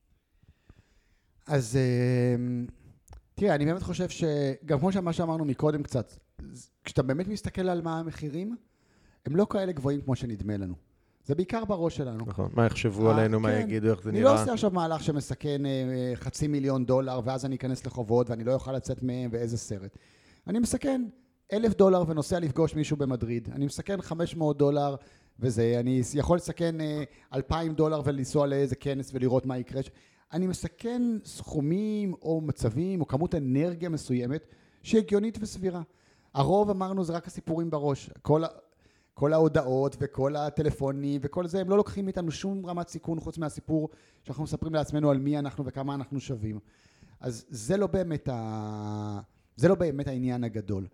אז תראה, אני באמת חושב שגם כמו מה שאמרנו מקודם קצת, כשאתה באמת מסתכל על מה המחירים, הם לא כאלה גבוהים כמו שנדמה לנו. זה בעיקר בראש שלנו. נכון, מה יחשבו עלינו, מה יגידו, איך זה נראה. אני לא עושה עכשיו מהלך שמסכן $500,000, ואז אני אכנס לחובות, ואני לא אוכל לצאת מהם, ואיזה סרט. אני מסכן $1,000 ונוסע לפגוש מישהו במדריד. אני מסכן $500, וזה, אני יכול לסכן $2,000 ולנסוע לאיזה כנס ולראות מה יקרה. אני מסכן סכומים או מצבים או כמות אנרגיה מסוימת שהגיונית וסבירה. הרוב אמרנו זה רק הסיפורים בראש. כל ההודעות וכל הטלפונים וכל זה, הם לא לוקחים איתנו שום רמת סיכון חוץ מהסיפור שאנחנו מספרים לעצמנו על מי אנחנו וכמה אנחנו שווים. אז זה לא באמת העניין הגדול.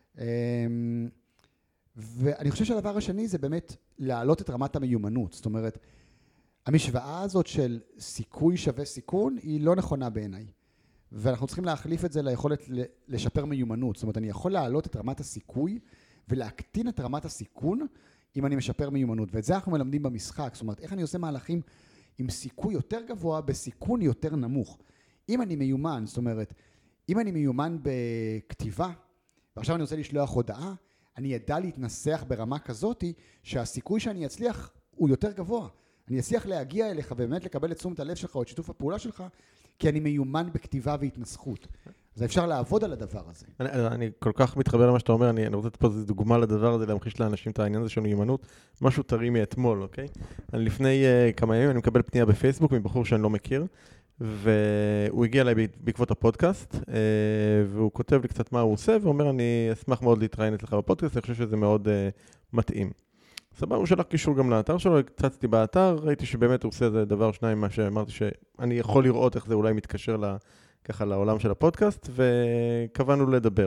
ואני חושב שהדבר השני זה באמת להעלות את רמת המיומנות. זאת אומרת, המשוואה הזאת של סיכוי שווה סיכון היא לא נכונה בעיניי. ואנחנו צריכים להחליף את זה ליכולת לשפר מיומנות. זאת אומרת, אני יכול להעלות את רמת הסיכוי ולהקטין את רמת הסיכון אם אני משפר מיומנות. ואת זה אנחנו מלמדים במשחק. זאת אומרת, איך אני עושה מהלכים עם סיכוי יותר גבוה בסיכון יותר נמוך. אם אני מיומן, זאת אומרת, אם אני מיומן בכתיבה, ועכשיו אני רוצה לשלוח הודעה, אני ידע להתנסח ברמה כזאת שהסיכוי שאני אצליח הוא יותר גבוה. אני אצליח להגיע אליך ובאמת לקבל את תשומת הלב שלך או את שיתוף הפעולה שלך, כי אני מיומן בכתיבה והתנסחות. אז אפשר לעבוד על הדבר הזה. אני כל כך מתחבר למה שאתה אומר, אני רוצה לתת פה דוגמה לדבר הזה, להמחיש לאנשים את העניין הזה של מיומנות, משהו טרי מאתמול, אוקיי? לפני כמה ימים אני מקבל פנייה בפייסבוק מבחור שאני לא מכיר, והוא הגיע אליי בעקבות הפודקאסט, והוא כותב לי קצת מה הוא עושה, ואומר, אני אשמח מאוד להתראיין אצלך בפודקאסט, אני חושב שזה מאוד מתאים. סבבה, הוא שלח קישור גם לאתר שלו, קצצתי באתר, ראיתי שבאמת הוא עושה איזה דבר שניים, מה שאמרתי שאני יכול לראות איך זה אולי מתקשר ככה לעולם של הפודקאסט, וקבענו לדבר.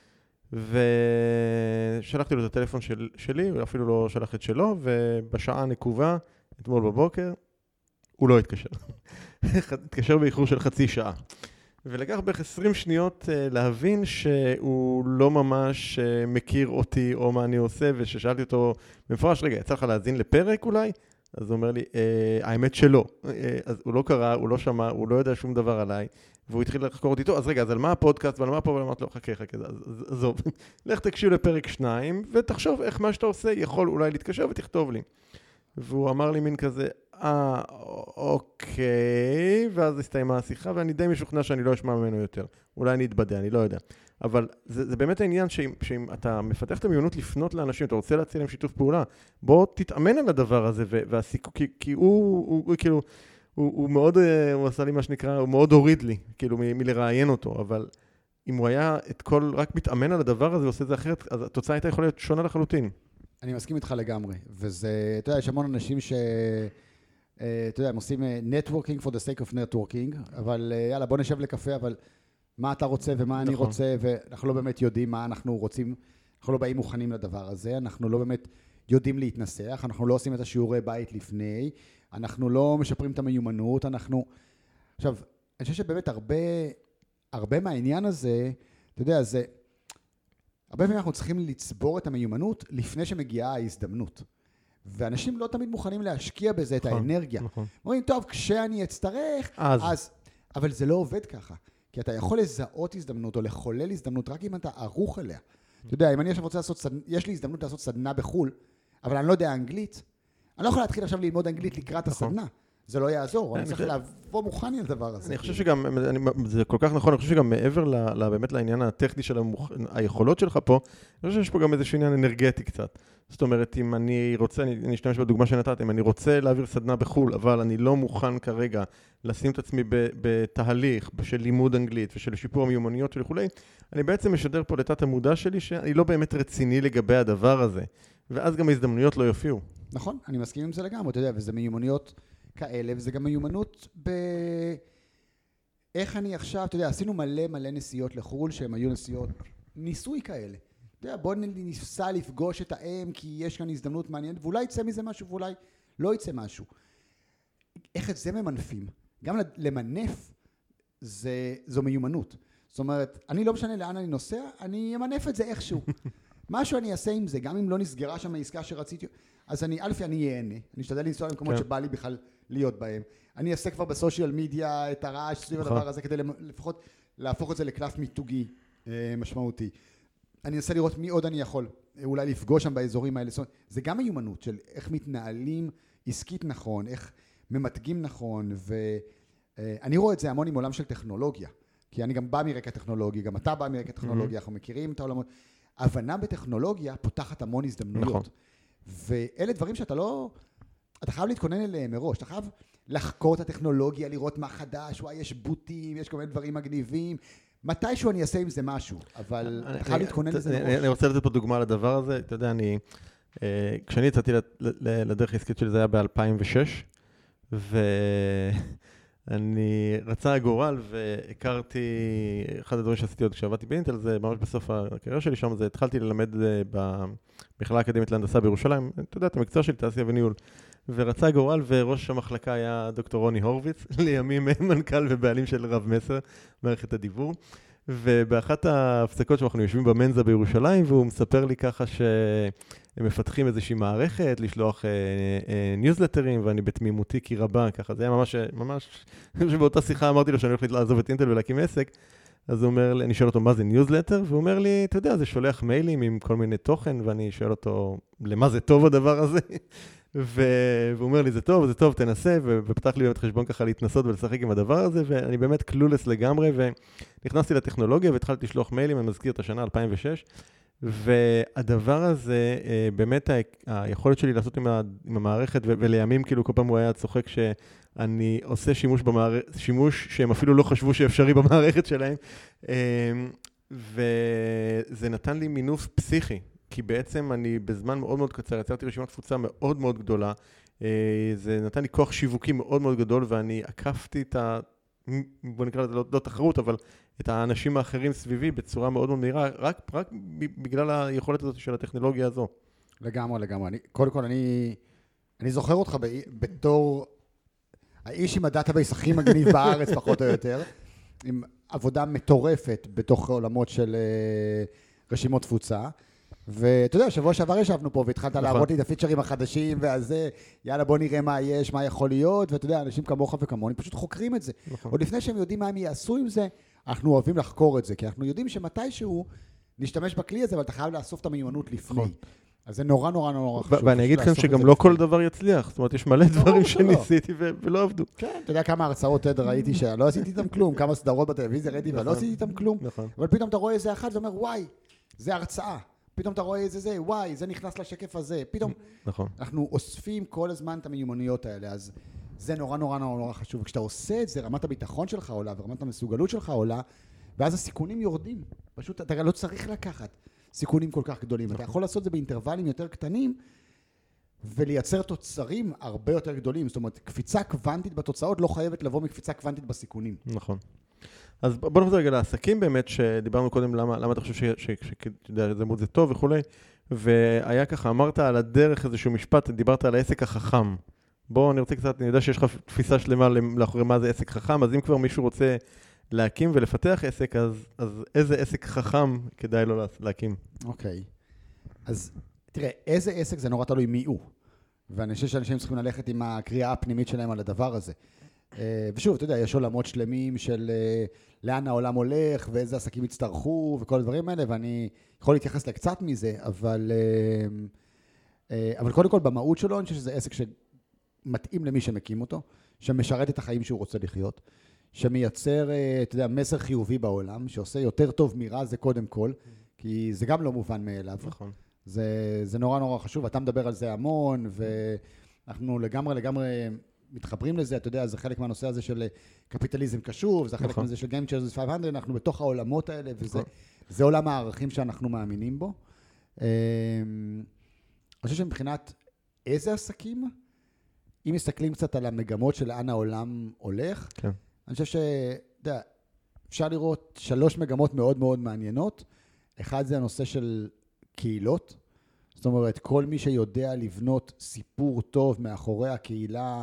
ושלחתי לו את הטלפון שלי, הוא אפילו לא שלח את שלו, ובשעה הנקובה, אתמול בבוקר, הוא לא התקשר. התקשר באיחור של חצי שעה. ולקח בערך 20 שניות להבין שהוא לא ממש מכיר אותי או מה אני עושה, וששאלתי אותו במפורש, רגע, יצא לך להאזין לפרק אולי? אז הוא אומר לי, האמת שלא. אז הוא לא קרא, הוא לא שמע, הוא לא יודע שום דבר עליי, והוא התחיל לחקור אותי, אז רגע, אז על מה הפודקאסט ועל מה פה, ואמרתי לו, חכה, אז עזוב, לך תקשיב לפרק 2, ותחשוב איך מה שאתה עושה יכול אולי להתקשר ותכתוב לי. והוא אמר לי מין כזה, אוקיי, ואז הסתיימה השיחה, ואני די משוכנע שאני לא אשמע ממנו יותר. אולי אני אתבדע, אני לא יודע. אבל זה באמת העניין שאם אתה מפתח את המיונות לפנות לאנשים, אתה רוצה להציע להם שיתוף פעולה, בוא תתאמן על הדבר הזה, כי הוא כאילו, הוא מאוד, הוא עשה לי מה שנקרא, הוא מאוד הוריד לי, כאילו מלראיין אותו, אבל אם הוא היה רק מתאמן על הדבר הזה ועושה את זה אחרת, אז התוצאה הייתה יכולה להיות שונה לחלוטין. אני מסכים איתך לגמרי, וזה, אתה יודע, יש המון אנשים אתה יודע, הם עושים networking for the sake of networking, אבל יאללה, בוא נשב לקפה, אבל מה אתה רוצה ומה אני רוצה, ואנחנו לא באמת יודעים מה אנחנו רוצים, אנחנו לא באים מוכנים לדבר הזה, אנחנו לא באמת יודעים להתנסח, אנחנו לא עושים את השיעורי בית לפני, אנחנו לא משפרים את המיומנות, עכשיו, אני חושב שבאמת הרבה מהעניין הזה, אתה יודע, זה, הרבה פעמים אנחנו צריכים לצבור את המיומנות לפני שמגיעה ההזדמנות. ואנשים לא תמיד מוכנים להשקיע בזה את האנרגיה. אומרים, טוב, כשאני אצטרך, אז... אבל זה לא עובד ככה. כי אתה יכול לזהות הזדמנות או לחולל הזדמנות רק אם אתה ערוך אליה. אתה יודע, אם אני עכשיו רוצה לעשות, יש לי הזדמנות לעשות סדנה בחול, אבל אני לא יודע אנגלית, אני לא יכול להתחיל עכשיו ללמוד אנגלית לקראת הסדנה. זה לא יעזור, אני צריך לבוא מוכן לדבר הזה. אני חושב שגם, זה כל כך נכון, אני חושב שגם מעבר באמת לעניין הטכני של היכולות שלך פה, אני חושב שיש פה גם איזשהו עניין אנרגטי קצת. זאת אומרת, אם אני רוצה, אני אשתמש בדוגמה שנתת, אם אני רוצה להעביר סדנה בחול, אבל אני לא מוכן כרגע לשים את עצמי בתהליך של לימוד אנגלית ושל שיפור המיומנויות שלי וכולי, אני בעצם משדר פה לתת המודע שלי שאני לא באמת רציני לגבי הדבר הזה, ואז גם ההזדמנויות לא יופיעו. נכון, אני מסכים עם זה לגמרי, אתה יודע, וזה מיומנויות כאלה, וזה גם מיומנות איך אני עכשיו, אתה יודע, עשינו מלא נסיעות לחול, שהן היו נסיעות ניסוי כאלה. אתה יודע, בוא ניסה לפגוש את האם, כי יש כאן הזדמנות מעניינת, ואולי יצא מזה משהו, ואולי לא יצא משהו. איך את זה ממנפים? גם למנף זו מיומנות. זאת אומרת, אני לא משנה לאן אני נוסע, אני אמנף את זה איכשהו. משהו אני אעשה עם זה, גם אם לא נסגרה שם העסקה שרציתי, אז אני ייהנה, אני אשתדל לנסוע למקומות שבא לי בכלל להיות בהם. אני אעשה כבר בסושיאל מדיה את הרעש סביב הדבר הזה, כדי לפחות להפוך את זה לקלף מיתוגי משמעותי. אני אנסה לראות מי עוד אני יכול, אולי לפגוש שם באזורים האלה. זה גם מיומנות של איך מתנהלים עסקית נכון, איך ממתגים נכון, ואני רואה את זה המון עם עולם של טכנולוגיה, כי אני גם בא מרקע טכנולוגי, גם אתה בא מרקע טכנולוגיה, אנחנו מכירים את העולמות. הבנה בטכנולוגיה פותחת המון הזדמנויות. נכון. ואלה דברים שאתה לא, אתה חייב להתכונן אליהם מראש, אתה חייב לחקור את הטכנולוגיה, לראות מה חדש, יש בוטים, יש כל מיני דברים מגניבים, מתישהו אני אעשה עם זה משהו, אבל אתה חייב להתכונן לזה מראש. אני רוצה לתת פה דוגמה לדבר הזה, אתה יודע, כשאני יצאתי לדרך העסקית שלי זה היה ב-2006, ואני רצה הגורל והכרתי, אחד הדברים שעשיתי עוד כשעבדתי באינטל, זה ממש בסוף הקריירה שלי שם, זה התחלתי ללמד במכללה האקדמית להנדסה בירושלים, אתה יודע, את המקצוע שלי, תעשייה וניהול, ורצה הגורל וראש המחלקה היה דוקטור רוני הורוביץ, לימים מנכ"ל ובעלים של רב מסר, מערכת הדיבור, ובאחת ההפסקות שאנחנו יושבים במנזה בירושלים, והוא מספר לי ככה שהם מפתחים איזושהי מערכת, לשלוח ניוזלטרים, ואני בתמימותי כי רבה, ככה, זה היה ממש, שבאותה שיחה אמרתי לו שאני הולך לעזוב את אינטל ולהקים עסק, אז הוא אומר לי, אני שואל אותו מה זה ניוזלטר, והוא אומר לי, אתה יודע, זה שולח מיילים עם כל מיני תוכן, ואני שואל אותו, למה זה טוב הדבר הזה? והוא אומר לי, זה טוב, תנסה, ופתח לי באמת חשבון ככה להתנסות ולשחק עם הדבר הזה, ואני באמת קלולס לגמרי, ונכנסתי לטכנולוגיה והתחלתי לשלוח מיילים, אני מזכיר את השנה 2006, והדבר הזה, באמת היכולת שלי לעשות עם המערכת, ולימים כאילו כל פעם הוא היה צוחק שאני עושה שימוש שהם אפילו לא חשבו שאפשרי במערכת שלהם, וזה נתן לי מינוף פסיכי, כי בעצם אני בזמן מאוד מאוד קצר, יצרתי רשימת תפוצה מאוד מאוד גדולה, זה נתן לי כוח שיווקי מאוד מאוד גדול, ואני עקפתי את בוא נקרא לזה לא תחרות, אבל את האנשים האחרים סביבי בצורה מאוד מאוד מהירה, רק בגלל היכולת הזאת של הטכנולוגיה הזו. לגמרי. קודם כל, אני זוכר אותך בתור האיש עם הדאטאבייס הכי מגניב בארץ, פחות או יותר, עם עבודה מטורפת בתוך עולמות של רשימות תפוצה, ואתה יודע, שבוע שעבר ישבנו פה והתחלת להראות לי את הפיצ'רים החדשים והזה, יאללה בוא נראה מה יש, מה יכול להיות, ואתה יודע, אנשים כמוך וכמוני פשוט חוקרים את זה. עוד לפני שהם יודעים מה הם יעשו עם זה, אנחנו אוהבים לחקור את זה, כי אנחנו יודעים שמתישהו נשתמש בכלי הזה, אבל אתה חייב לאסוף את המיומנות לפני. אז זה נורא חשוב. ואני אגיד לכם שגם לא כל דבר יצליח, זאת אומרת, יש מלא דברים שניסיתי ולא עבדו. כן, אתה יודע כמה הרצאות TED ראיתי שלא עשיתי איתם כלום, כמה סדרות בטלוויזיה ראיתי ולא עשיתי איתם כלום, אבל פתאום אתה רואה איזה אחד ואומר, וואי, זה הרצאה. פתאום אתה רואה איזה זה, וואי, זה נכנס לשקף הזה. פתאום אנחנו אוספים כל הזמן את המיומנויות האלה, אז זה נורא חשוב. וכשאתה עושה את זה, רמת הביטחון שלך עולה, ורמת המסוגלות שלך עולה, ואז הסיכונים יורדים. פשוט אתה לא צריך לקחת סיכונים כל כך גדולים. אתה יכול לעשות את זה באינטרוולים יותר קטנים, ולייצר תוצרים הרבה יותר גדולים. זאת אומרת, קפיצה קוונטית בתוצאות לא חייבת לבוא מקפיצה קוונטית בסיכונים. נכון. אז בוא נחזור רגע לעסקים באמת, שדיברנו קודם למה אתה חושב שיזמות זה טוב וכו'. והיה ככה, אמרת על הדרך איזשהו משפט, דיברת על העסק החכם. בוא נרצה קצת, אני יודע שיש לך תפיסה שלמה לאחורי מה זה עסק חכם, אז אם כבר מישהו רוצה להקים ולפתח עסק, אז איזה עסק חכם כדאי לו להקים? אוקיי. אז תראה, איזה עסק זה נורא תלוי מי הוא. ואני חושב שאנשים צריכים ללכת עם הקריאה הפנימית שלהם על הדבר הזה. ושוב, אתה יודע, יש עולמות שלמים של לאן העולם הולך, ואיזה עסקים יצטרכו, וכל הדברים האלה, ואני יכול להתייחס לקצת מזה, אבל קודם כל, במהות שלו, אני חושב שזה עסק שמתאים למי שמקים אותו, שמשרת את החיים שהוא רוצה לחיות, שמייצר, אתה יודע, מסר חיובי בעולם, שעושה יותר טוב מרע, זה קודם כל, כי זה גם לא מובן מאליו. נכון. זה נורא נורא חשוב, אתה מדבר על זה המון, ואנחנו לגמרי מתחברים לזה, אתה יודע, זה חלק מהנושא הזה של קפיטליזם קשור, זה חלק מזה של Game Changers 500, אנחנו בתוך העולמות האלה, וזה עולם הערכים שאנחנו מאמינים בו. אני חושב שמבחינת איזה עסקים, אם מסתכלים קצת על המגמות של לאן העולם הולך, כן. אני חושב אפשר לראות 3 מגמות מאוד מאוד מעניינות. אחד זה הנושא של קהילות, זאת אומרת, כל מי שיודע לבנות סיפור טוב מאחורי הקהילה,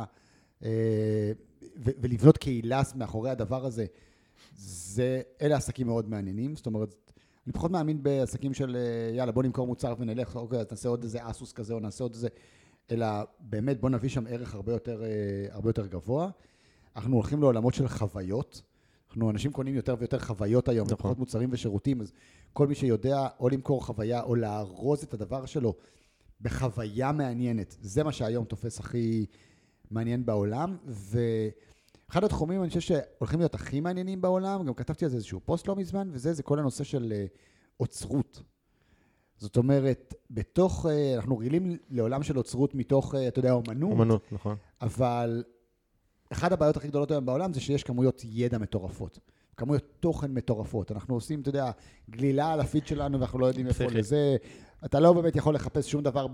ולבנות קהילה מאחורי הדבר הזה, אלה עסקים מאוד מעניינים. זאת אומרת, אני פחות מאמין בעסקים של, יאללה, בוא נמכור מוצר ונלך, אוקיי, אז נעשה עוד איזה אסוס כזה, או נעשה עוד איזה, אלא באמת בוא נביא שם ערך הרבה יותר גבוה. אנחנו הולכים לעולמות של חוויות, אנחנו אנשים קונים יותר ויותר חוויות היום, פחות מוצרים ושירותים, אז כל מי שיודע או למכור חוויה, או לארוז את הדבר שלו בחוויה מעניינת, זה מה שהיום תופס הכי מעניין בעולם, ואחד התחומים אני חושב שהולכים להיות הכי מעניינים בעולם, גם כתבתי על זה איזשהו פוסט לא מזמן, וזה כל הנושא של אוצרות. זאת אומרת, אנחנו רגילים לעולם של אוצרות מתוך, אתה יודע, אומנות, נכון. אבל אחד הבעיות הכי גדולות היום בעולם זה שיש כמויות ידע מטורפות, כמויות תוכן מטורפות. אנחנו עושים, אתה יודע, גלילה על הפיד שלנו ואנחנו לא יודעים איפה לזה. אתה לא באמת יכול לחפש שום דבר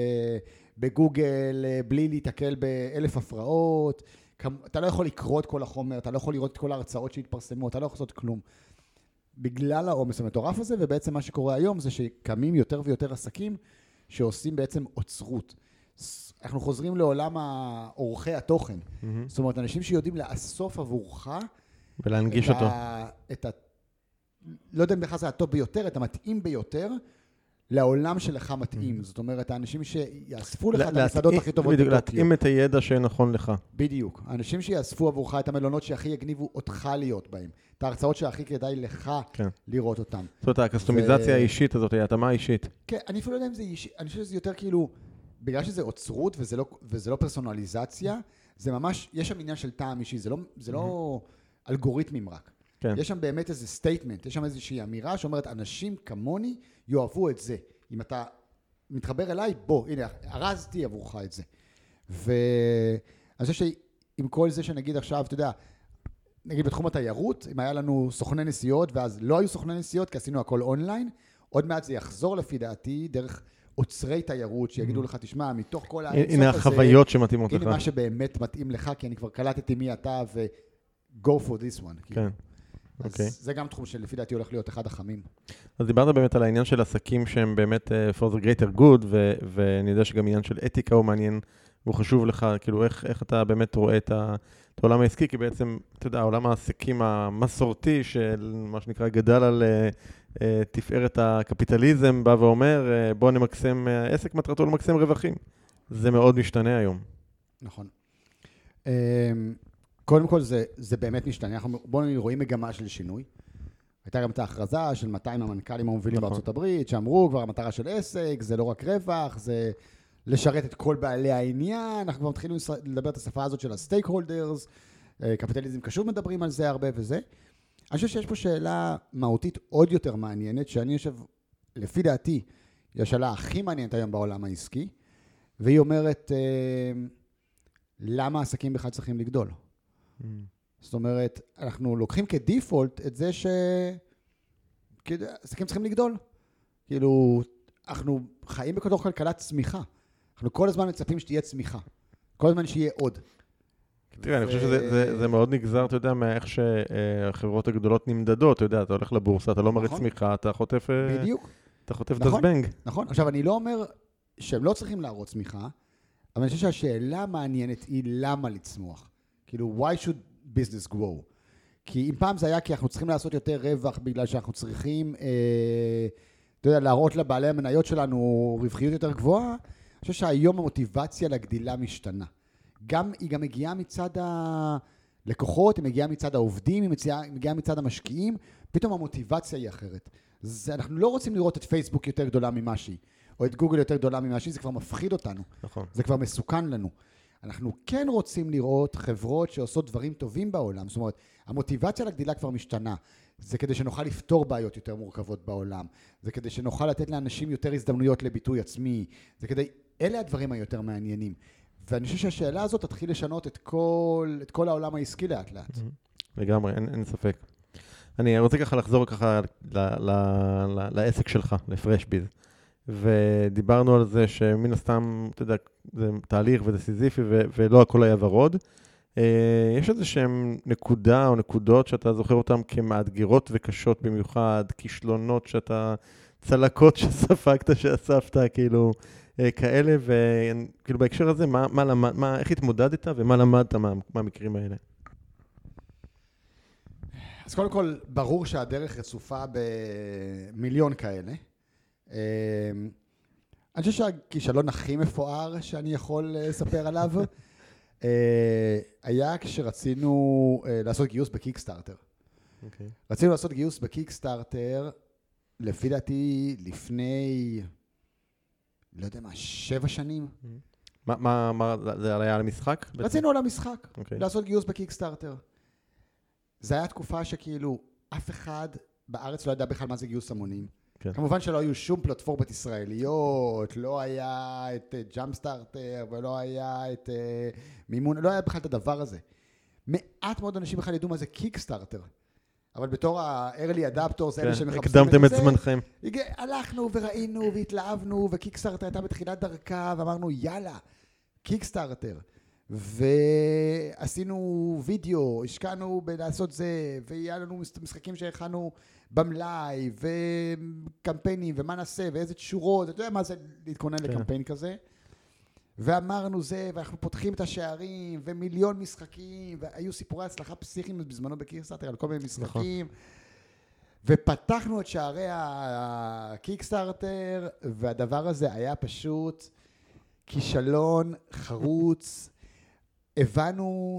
בגוגל בלי להתקל ב1000 הפרעות. אתה לא יכול לקרוא את כל החומר, אתה לא יכול לראות את כל ההרצאות שהתפרסמו, אתה לא יכול לעשות כלום. בגלל העומס המטורף הזה, ובעצם מה שקורה היום זה שקמים יותר ויותר עסקים שעושים בעצם אוצרות. אנחנו חוזרים לעולם עורכי התוכן. זאת אומרת, אנשים שיודעים לאסוף עבורך ולהנגיש אותו. לא יודע אם בכלל זה הטוב ביותר, את המתאים ביותר לעולם שלך מתאים. זאת אומרת, האנשים שיאספו לך את המסעדות הכי טובות בטוקיו. להתאים את הידע שנכון לך. בדיוק. האנשים שיאספו עבורך את המלונות שהכי יגניבו אותך להיות בהם. את ההרצאות שהכי כדאי לך לראות אותם. זאת אומרת, הקסטומיזציה האישית הזאת, ההתאמה האישית. כן, אני אפילו לא יודע אם זה אישי. אני חושב שזה יותר כאילו, בגלל שזה אוצרות וזה לא פרסונליזציה, זה ממש, יש שם עניין של טעם אישי, זה לא אלגוריתמים רק. יש שם באמת איזה סטייטמנט, יש שם איזושהי אמירה שאומרת, אנשים כמוני יאהבו את זה. אם אתה מתחבר אליי, בוא, הנה, הרזתי עבורך את זה. ואני חושב שעם כל זה שנגיד עכשיו, אתה יודע, נגיד בתחום התיירות, אם היה לנו סוכני נסיעות, ואז לא היו סוכני נסיעות, כי עשינו הכל אונליין, עוד מעט זה יחזור לפי דעתי, דרך אוצרי תיירות, שיגידו לך, תשמע, מתוך כל האינסוף הזה, הנה החוויות שמתאימות לך. הנה מה שבאמת מתאים לך, כי אני כבר קלטתי מי אתה, ו-go for this one. כן. אז זה גם תחום שלפי דעתי הולך להיות אחד החמים. אז דיברת באמת על העניין של עסקים שהם באמת for the greater good, ואני יודע שגם עניין של אתיקה הוא מעניין, והוא חשוב לך, כאילו איך אתה באמת רואה את העולם העסקי, כי בעצם, אתה יודע, העולם העסקים המסורתי, של מה שנקרא גדל על תפארת הקפיטליזם, בא ואומר, בוא נמקסם, עסק מטרתו למקסם רווחים. זה מאוד משתנה היום. נכון. קודם כל זה באמת משתנה, בואו רואים מגמה של שינוי. הייתה גם את ההכרזה של 200 המנכ"לים המובילים בארצות הברית, שאמרו כבר המטרה של עסק, זה לא רק רווח, זה לשרת את כל בעלי העניין, אנחנו כבר מתחילים לדבר את השפה הזאת של הסטייק הולדרס, קפיטליזם קשור מדברים על זה הרבה וזה. אני חושב שיש פה שאלה מהותית עוד יותר מעניינת, שאני חושב, לפי דעתי, היא השאלה הכי מעניינת היום בעולם העסקי, והיא אומרת, למה העסקים בכלל צריכים לגדול? זאת אומרת, אנחנו לוקחים כדיפולט את זה שעסקים צריכים לגדול. כאילו, אנחנו חיים בתוך כלכלת צמיחה. אנחנו כל הזמן מצפים שתהיה צמיחה. כל הזמן שיהיה עוד. תראה, אני חושב שזה מאוד נגזר, אתה יודע, מאיך שהחברות הגדולות נמדדות, אתה יודע, אתה הולך לבורסה, אתה לא מראה צמיחה, אתה חוטף דזבנג. נכון. עכשיו, אני לא אומר שהם לא צריכים להראות צמיחה, אבל אני חושב שהשאלה המעניינת היא למה לצמוח. כאילו, why should business grow? כי אם פעם זה היה כי אנחנו צריכים לעשות יותר רווח, בגלל שאנחנו צריכים, אתה יודע, להראות לבעלי המניות שלנו רווחיות יותר גבוהה, אני חושב שהיום המוטיבציה לגדילה משתנה. היא גם מגיעה מצד הלקוחות, היא מגיעה מצד העובדים, היא מגיעה מצד המשקיעים, פתאום המוטיבציה היא אחרת. אנחנו לא רוצים לראות את פייסבוק יותר גדולה ממה שהיא, או את גוגל יותר גדולה ממה שהיא, זה כבר מפחיד אותנו. נכון. זה כבר מסוכן לנו. אנחנו כן רוצים לראות חברות שעושות דברים טובים בעולם. זאת אומרת, המוטיבציה לגדילה כבר משתנה. זה כדי שנוכל לפתור בעיות יותר מורכבות בעולם. זה כדי שנוכל לתת לאנשים יותר הזדמנויות לביטוי עצמי. זה כדי, אלה הדברים היותר מעניינים. ואני חושב שהשאלה הזאת תתחיל לשנות את כל העולם העסקי לאט לאט. לגמרי, אין ספק. אני רוצה ככה לחזור ככה לעסק שלך, לפרשביז. ודיברנו על זה שמן הסתם, אתה יודע, זה תהליך וזה סיזיפי ולא הכל היה ורוד. יש איזה שהם נקודה או נקודות שאתה זוכר אותם כמאתגרות וקשות במיוחד, כישלונות שאתה, צלקות שספגת, שאספת, כאילו, כאלה, וכאילו בהקשר הזה, איך התמודדת ומה למדת מהמקרים האלה? אז קודם כל, ברור שהדרך רצופה במיליון כאלה. אני חושב שהכישלון הכי מפואר שאני יכול לספר עליו, היה כשרצינו לעשות גיוס בקיקסטארטר. רצינו לעשות גיוס בקיקסטארטר, לפי דעתי, לפני, לא יודע מה, 7 שנים. מה זה היה על המשחק? רצינו על המשחק, לעשות גיוס בקיקסטארטר. זה היה תקופה שכאילו אף אחד בארץ לא ידע בכלל מה זה גיוס המונים. כמובן שלא היו שום פלטפורמות ישראליות, לא היה את ג'אמפסטארטר ולא היה את מימון, לא היה בכלל את הדבר הזה. מעט מאוד אנשים בכלל ידעו מה זה קיקסטארטר. אבל בתור ה-early adapters, אלה שמחפשים את זה, הקדמתם את זמנכם. הלכנו וראינו והתלהבנו, וקיקסטארטר הייתה בתחילת דרכה, ואמרנו יאללה, קיקסטארטר. ועשינו וידאו, השקענו בלעשות זה, והיה לנו משחקים שהכנו במלאי, וקמפיינים, ומה נעשה, ואיזה תשורות, אתה יודע מה זה להתכונן לקמפיין כזה. ואמרנו זה, ואנחנו פותחים את השערים, ומיליון משחקים, והיו סיפורי הצלחה פסיכיים בזמנו בקיקסטארטר על כל מיני משחקים. ופתחנו את שערי הקיקסטארטר, והדבר הזה היה פשוט כישלון חרוץ. הבנו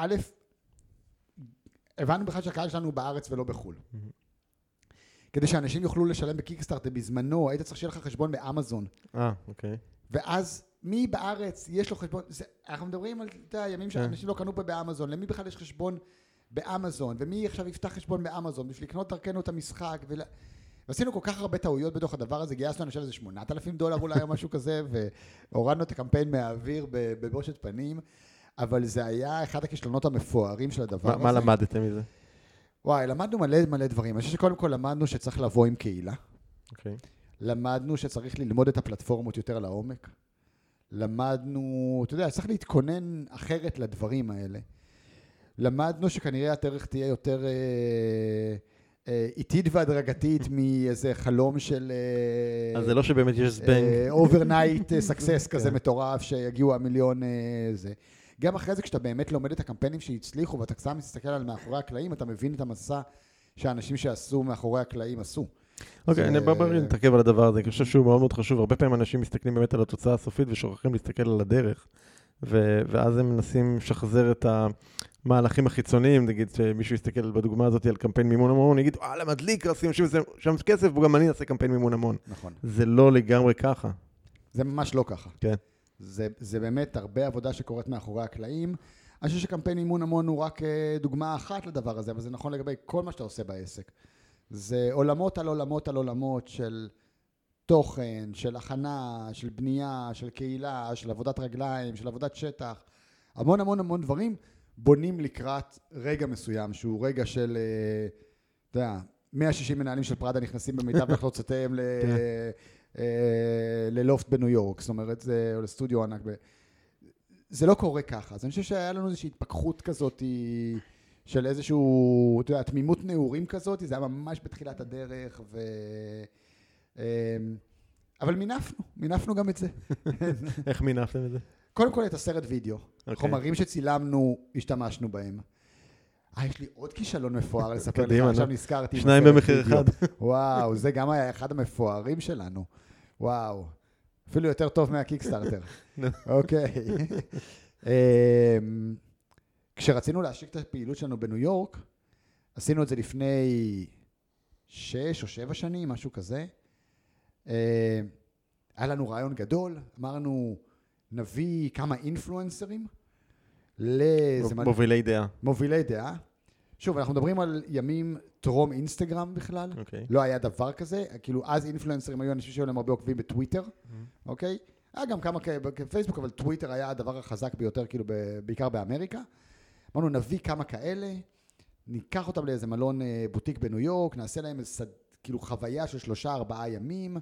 בכלל שהקהל שלנו בארץ ולא בחול. כדי שאנשים יוכלו לשלם בקיקסטארטר בזמנו, היית צריך שיהיה לך חשבון באמזון. אוקיי. ואז מי בארץ יש לו חשבון, אנחנו מדברים על הימים שאנשים לא קנו פה באמזון, למי בכלל יש חשבון באמזון, ומי עכשיו יפתח חשבון באמזון, בשביל לקנות דרכנו את המשחק, ועשינו כל כך הרבה טעויות בתוך הדבר הזה, גייסנו, אני חושב, איזה $8,000 אולי או משהו כזה, והורדנו את הקמפיין מהאוויר בבושת פנים, אבל זה היה אחד הכישלונות המפוארים של הדבר הזה. מה למדתם מזה? וואי, למדנו מלא דברים. אני חושב שקודם כל למדנו שצריך לבוא עם קהילה. אוקיי. למדנו שצריך ללמוד את הפלטפורמות יותר לעומק. למדנו, אתה יודע, צריך להתכונן אחרת לדברים האלה. למדנו שכנראה הדרך תהיה יותר איטית והדרגתית מאיזה חלום של אז זה לא שבאמת יש זבנג. overnight success כזה מטורף שיגיעו המיליון זה. גם אחרי זה כשאתה באמת לומד את הקמפיינים שהצליחו ואתה קצת מסתכל על מאחורי הקלעים, אתה מבין את המסע שהאנשים שעשו מאחורי הקלעים עשו. אוקיי, אני בא להתעכב על הדבר הזה, אני חושב שהוא מאוד מאוד חשוב. הרבה פעמים אנשים מסתכלים באמת על התוצאה הסופית ושוכחים להסתכל על הדרך, ואז הם מנסים לשחזר את המהלכים החיצוניים, נגיד שמישהו יסתכל בדוגמה הזאת על קמפיין מימון המון, יגיד, מדליק, עושים שם כסף, וגם אני אעשה קמפיין מימון המון. נכון. זה לא לגמרי ככה. זה ממש לא ככה. כן. זה באמת הרבה עבודה שקורית מאחורי הקלעים. אני חושב שקמפיין מימון המון הוא רק דוגמה אחת לדבר הזה, אבל זה נכון לגבי כל מה שאתה עושה בעסק. זה עולמות על עולמות על עולמות של תוכן, של הכנה, של בנייה, של קהילה, של עבודת רגליים, של עבודת שטח. המון המון המון דברים בונים לקראת רגע מסוים, שהוא רגע של, אתה יודע, 160 מנהלים של פראדה נכנסים במיטב לחלוצותיהם ללופט בניו יורק, זאת אומרת, או לסטודיו ענק. זה לא קורה ככה. אז אני חושב שהיה לנו איזושהי התפכחות כזאת של איזשהו, אתה יודע, תמימות נעורים כזאת, זה היה ממש בתחילת הדרך, אבל מינפנו גם את זה. איך מינפתם את זה? קודם כל את הסרט וידאו. חומרים שצילמנו, השתמשנו בהם. יש לי עוד כישלון מפואר לספר לך, עכשיו נזכרתי. 2 במחיר אחד. וואו, זה גם היה אחד המפוארים שלנו. וואו, אפילו יותר טוב מהקיקסטארטר. אוקיי. כשרצינו להשיק את הפעילות שלנו בניו יורק, עשינו את זה לפני 6 או 7 שנים, משהו כזה. היה לנו רעיון גדול, אמרנו, נביא כמה אינפלואנסרים, מובילי דעה. מובילי דעה. שוב, אנחנו מדברים על ימים טרום אינסטגרם בכלל. אוקיי. לא היה דבר כזה. כאילו, אז אינפלואנסרים היו אנשים שהיו להם הרבה עוקבים בטוויטר. אוקיי? היה גם כמה בפייסבוק, אבל טוויטר היה הדבר החזק ביותר, כאילו, בעיקר באמריקה. אמרנו, נביא כמה כאלה, ניקח אותם לאיזה מלון בוטיק בניו יורק, נעשה להם כאילו חוויה של 3-4 ימים,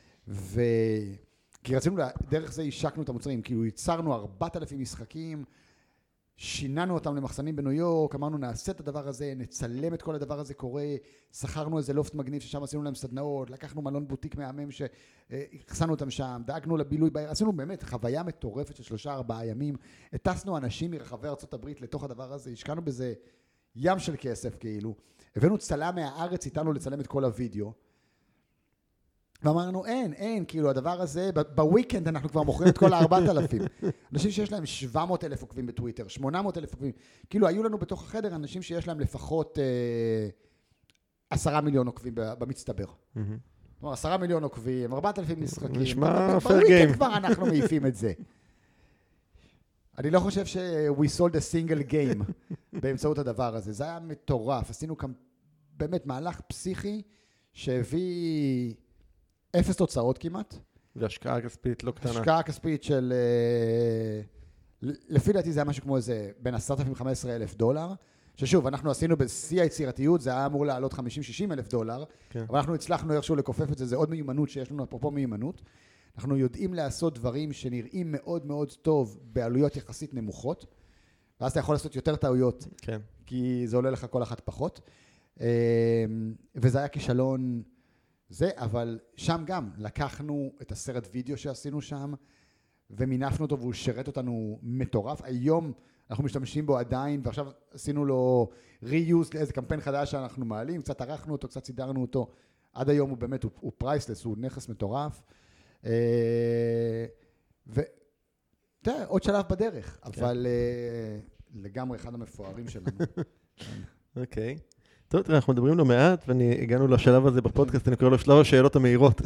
כי רצינו, דרך זה השקנו את המוצרים, כאילו ייצרנו 4,000 משחקים, שיננו אותם למחסנים בניו יורק, אמרנו נעשה את הדבר הזה, נצלם את כל הדבר הזה קורה, שכרנו איזה לופט מגניב ששם עשינו להם סדנאות, לקחנו מלון בוטיק מהמם שהחסנו אותם שם, דאגנו לבילוי בעיר, עשינו באמת חוויה מטורפת של 3-4 ימים, הטסנו אנשים מרחבי ארצות הברית לתוך הדבר הזה, השקענו בזה ים של כסף כאילו, הבאנו צלם מהארץ איתנו לצלם את כל הוידאו, ואמרנו, אין, כאילו הדבר הזה, בוויקנד אנחנו כבר מוכרים את כל 4,000. אנשים שיש להם 700,000 עוקבים בטוויטר, 800,000 עוקבים. כאילו היו לנו בתוך החדר אנשים שיש להם לפחות 10 מיליון עוקבים במצטבר. כלומר, 10 מיליון עוקבים, 4,000 משחקים. נשמע פייר גיים. בוויקנד כבר אנחנו מעיפים את זה. אני לא חושב we sold a single game באמצעות הדבר הזה. זה היה מטורף. עשינו כאן באמת מהלך פסיכי שהביא 0 תוצאות כמעט. והשקעה כספית לא קטנה. השקעה כספית של, לפי דעתי זה היה משהו כמו איזה בין 10,000 ל-15,000 דולר, ששוב, אנחנו עשינו בשיא היצירתיות, זה היה אמור לעלות 50-60 אלף דולר, כן. אבל אנחנו הצלחנו איכשהו לקופף את זה, זה עוד מיומנות שיש לנו, אפרופו מיומנות. אנחנו יודעים לעשות דברים שנראים מאוד מאוד טוב, בעלויות יחסית נמוכות, ואז אתה יכול לעשות יותר טעויות, כן. כי זה עולה לך כל אחת פחות. וזה היה כישלון זה, אבל שם גם לקחנו את הסרט וידאו שעשינו שם, ומינפנו אותו והוא שרת אותנו מטורף. היום אנחנו משתמשים בו עדיין, ועכשיו עשינו לו reuse לאיזה קמפיין חדש שאנחנו מעלים, קצת ערכנו אותו, קצת סידרנו אותו. עד היום הוא באמת, הוא פרייסלס, הוא נכס מטורף. ותראה, עוד שלב בדרך, אבל לגמרי אחד המפוארים שלנו. אוקיי. טוב, תראה, אנחנו מדברים לא מעט, והגענו לשלב הזה בפודקאסט, אני קורא לו שלב השאלות המהירות.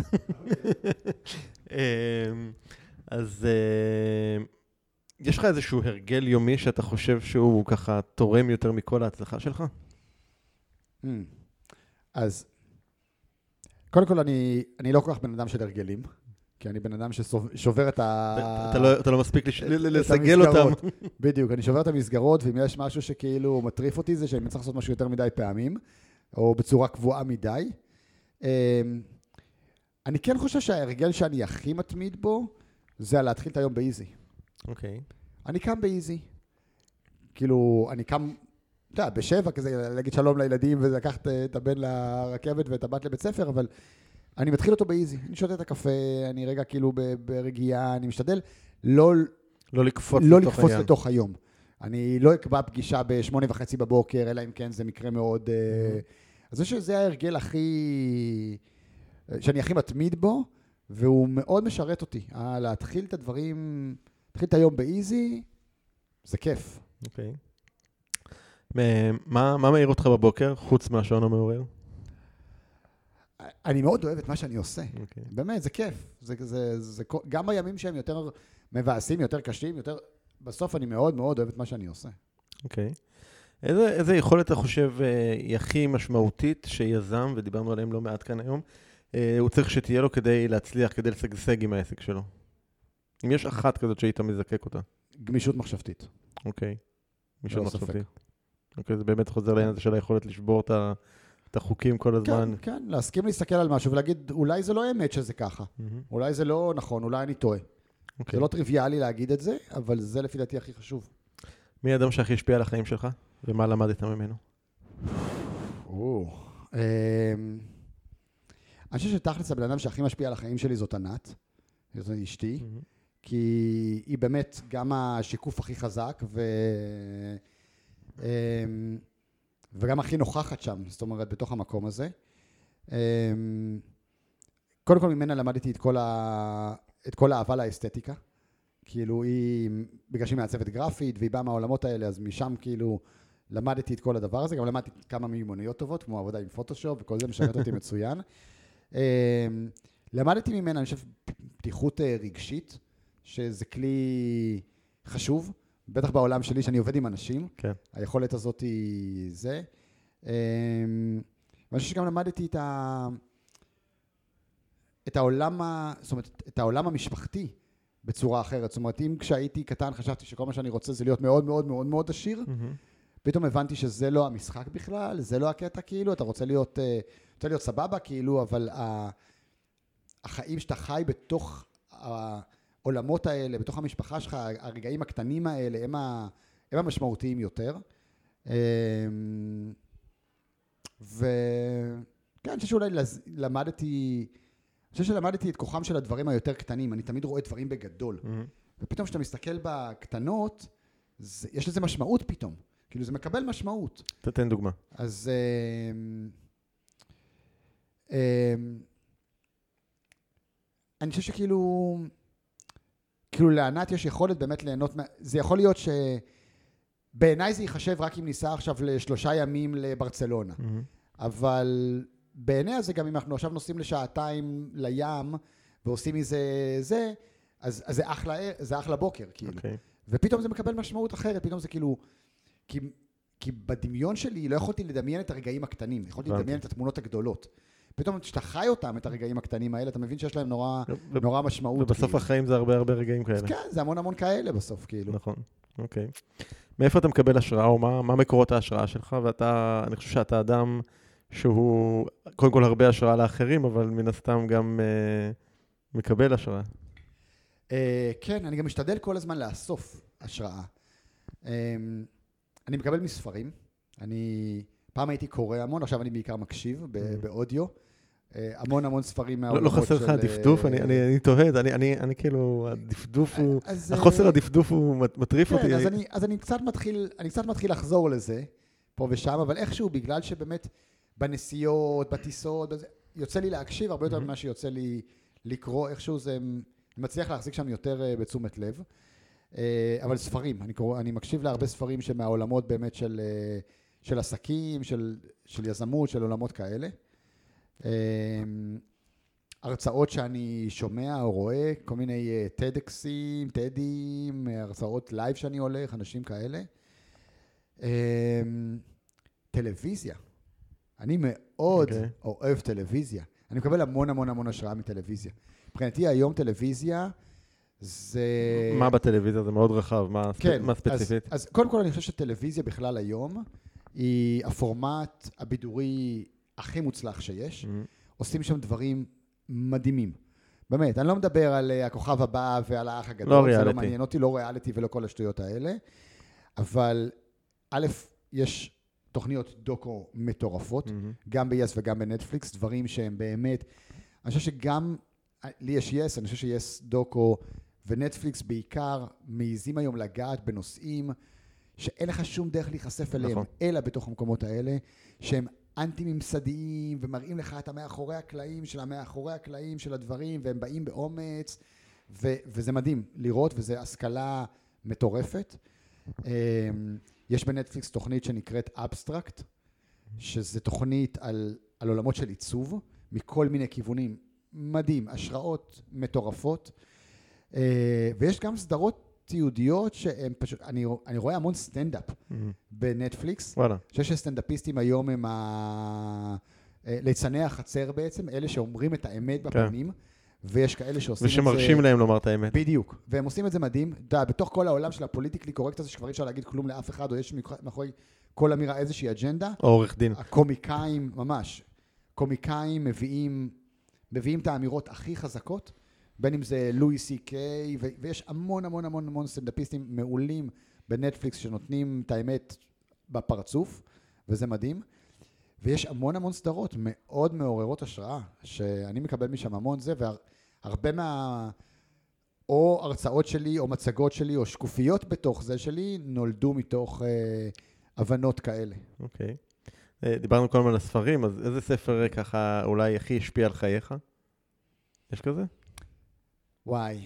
אז יש לך איזשהו הרגל יומי שאתה חושב שהוא ככה תורם יותר מכל ההצלחה שלך? אז, קודם כל אני לא כל כך בן אדם של הרגלים, כי אני בן אדם ששובר את אתה לא מספיק לסגל אותם. בדיוק, אני שובר את המסגרות, ואם יש משהו שכאילו מטריף אותי, זה שאני צריך לעשות משהו יותר מדי פעמים, או בצורה קבועה מדי. אני כן חושב שההרגל שאני הכי מתמיד בו, זה להתחיל את היום באיזי. אוקיי. אני קם באיזי. כאילו, אני קם, אתה יודע, ב7 כזה, להגיד שלום לילדים, ולקחת את הבן לרכבת ואת הבת לבית ספר, אבל אני מתחיל אותו באיזי. אני שותה את הקפה, אני רגע כאילו ברגיעה, אני משתדל לא לקפוץ לתוך היום. אני לא אקבע פגישה ב8:30 בבוקר, אלא אם כן זה מקרה מאוד... אז זה שזה ההרגל שאני הכי מתמיד בו, והוא מאוד משרת אותי. להתחיל את הדברים, להתחיל את היום באיזי, זה כיף. אוקיי. מה מעיר אותך בבוקר, חוץ מהשעון המעורר? אני מאוד אוהב את מה שאני עושה. באמת, זה כיף. גם בימים שהם יותר מבאסים, יותר קשים, בסוף אני מאוד מאוד אוהב את מה שאני עושה. אוקיי. איזה יכולת אתה חושב היא הכי משמעותית שיזם, ודיברנו עליהם לא מעט כאן היום, הוא צריך שתהיה לו כדי להצליח, כדי לשגשג עם העסק שלו? אם יש אחת כזאת שהיית מזקק אותה. גמישות מחשבתית. אוקיי. גמישות מחשבתית. אוקיי, זה באמת חוזר לעניין הזה של היכולת לשבור את החוקים כל הזמן. כן, להסכים להסתכל על משהו ולהגיד, אולי זה לא אמת שזה ככה. אולי זה לא נכון, אולי אני טועה. זה לא טריוויאלי להגיד את זה, אבל זה לפי דעתי הכי חשוב. מי האדם שהכי השפיע על החיים שלך? ומה למדת ממנו? אני חושב שתכלס הבן אדם שהכי משפיע על החיים שלי זאת ענת, זאת אשתי, כי היא באמת גם השיקוף הכי חזק וגם הכי נוכחת שם, זאת אומרת, בתוך המקום הזה. קודם כל ממנה למדתי את כל האהבה לאסתטיקה, כאילו היא, בגלל שהיא מעצבת גרפית והיא באה מהעולמות האלה, אז משם כאילו למדתי את כל הדבר הזה, גם למדתי כמה מיומנויות טובות, כמו עבודה עם פוטושופ וכל זה משרת אותי מצוין. למדתי ממנה, אני חושב, פתיחות רגשית, שזה כלי חשוב, בטח בעולם שלי שאני עובד עם אנשים, כן. היכולת הזאת היא זה. ואני חושב שגם למדתי את העולם המשפחתי בצורה אחרת. זאת אומרת, אם כשהייתי קטן חשבתי שכל מה שאני רוצה זה להיות מאוד מאוד מאוד מאוד עשיר, פתאום הבנתי שזה לא המשחק בכלל, זה לא הקטע כאילו, אתה רוצה להיות סבבה כאילו, אבל החיים שאתה חי בתוך העולמות האלה, בתוך המשפחה שלך, הרגעים הקטנים האלה, הם המשמעותיים יותר. וכן, אני חושב שאולי למדתי את כוחם של הדברים היותר קטנים, אני תמיד רואה דברים בגדול, ופתאום כשאתה מסתכל בקטנות, יש לזה משמעות פתאום, כאילו זה מקבל משמעות. תתן דוגמה. אז אני חושב שכאילו לענת יש יכולת באמת ליהנות, זה יכול להיות שבעיניי זה ייחשב רק אם ניסה עכשיו ל3 ימים לברצלונה, אבל בעיניי זה גם אם אנחנו עכשיו נוסעים לשעתיים לים ועושים מזה זה, אז זה אחלה בוקר כאילו. ופתאום זה מקבל משמעות אחרת, פתאום זה כאילו, כי בדמיון שלי לא יכולתי לדמיין את הרגעים הקטנים, יכולתי לדמיין את התמונות הגדולות. פתאום כשאתה חי אותם, את הרגעים הקטנים האלה, אתה מבין שיש להם נורא משמעות. ובסוף החיים זה הרבה רגעים כאלה. כן, זה המון כאלה בסוף, כאילו. נכון, אוקיי. מאיפה אתה מקבל השראה, או מה מקורות ההשראה שלך? אני חושב שאתה אדם שהוא, קודם כל הרבה השראה לאחרים, אבל מן הסתם גם מקבל השראה. כן, אני גם משתדל כל הזמן לאסוף השראה. אני מקבל מספרים. פעם הייתי קורא המון, עכשיו אני בעיקר מקשיב באודיו. המון ספרים מהעולמות של... לא חסר לך דפדוף? אני תוהד, אני כאילו, הדפדוף הוא... החוסר הדפדוף הוא מטריף אותי. כן, אז אני קצת מתחיל לחזור לזה, פה ושם, אבל איכשהו, בגלל שבאמת בנסיעות, בטיסות, יוצא לי להקשיב הרבה יותר ממה שיוצא לי לקרוא, איכשהו זה מצליח להחזיק שם יותר בתשומת לב. אבל ספרים, אני מקשיב להרבה ספרים שמהעולמות באמת של עסקים, של יזמות, של עולמות כאלה. הרצאות שאני שומע או רואה, כל מיני טדקסים, טדים, הרצאות לייב שאני הולך, אנשים כאלה. טלוויזיה. אני מאוד אוהב טלוויזיה. אני מקבל המון השראה מטלוויזיה. מבחינתי היום טלוויזיה זה... מה בטלוויזיה? זה מאוד רחב. מה ספציפית? אז קודם כל אני חושב שטלוויזיה בכלל היום היא הפורמט הבידורי הכי מוצלח שיש. עושים שם דברים מדהימים. באמת, אני לא מדבר על הכוכב הבא ועל האח הגדול. זה לא מעניין אותי, לא ריאליטי ולא כל השטויות האלה. אבל א', יש תוכניות דוקו מטורפות, גם ב-YES וגם בנטפליקס, דברים שהם באמת... אני חושב שגם... לי יש YES, אני חושב שיש דוקו ונטפליקס בעיקר מעיזים היום לגעת בנושאים שאין לך שום דרך להיחשף אליהם, אלא בתוך המקומות האלה, שהם אנטי-ממסדיים ומראים לך את המאחורי הקלעים של הדברים, והם באים באומץ, וזה מדהים לראות, וזה השכלה מטורפת. יש בנטפליקס תוכנית שנקראת אבסטרקט, שזה תוכנית על עולמות של עיצוב, מכל מיני כיוונים, מדהים, השראות מטורפות, ויש גם סדרות תיעודיות שהן פשוט, אני רואה המון סטנדאפ בנטפליקס, שיש סטנדאפיסטים היום הם ליצני החצר בעצם, אלה שאומרים את האמת בפנים, ויש כאלה שעושים את זה... ושמרשים להם לומר את האמת. בדיוק, והם עושים את זה מדהים, בתוך כל העולם של הפוליטיקלי קורקט הזה, שכבר אי אפשר להגיד כלום לאף אחד, או יש מאחורי כל אמירה איזושהי אג'נדה. או עורך דין. הקומיקאים, ממש, קומיקאים מביאים את האמירות הכי חזקות, בין אם זה לואי סי קיי, ויש המון סטנדאפיסטים מעולים בנטפליקס שנותנים את האמת בפרצוף, וזה מדהים. ויש המון סדרות מאוד מעוררות השראה, שאני מקבל משם המון זה, והרבה או הרצאות שלי, או מצגות שלי, או שקופיות בתוך זה שלי, נולדו מתוך הבנות כאלה. אוקיי. דיברנו כל הזמן על הספרים, אז איזה ספר ככה אולי הכי השפיע על חייך? יש כזה? וואי,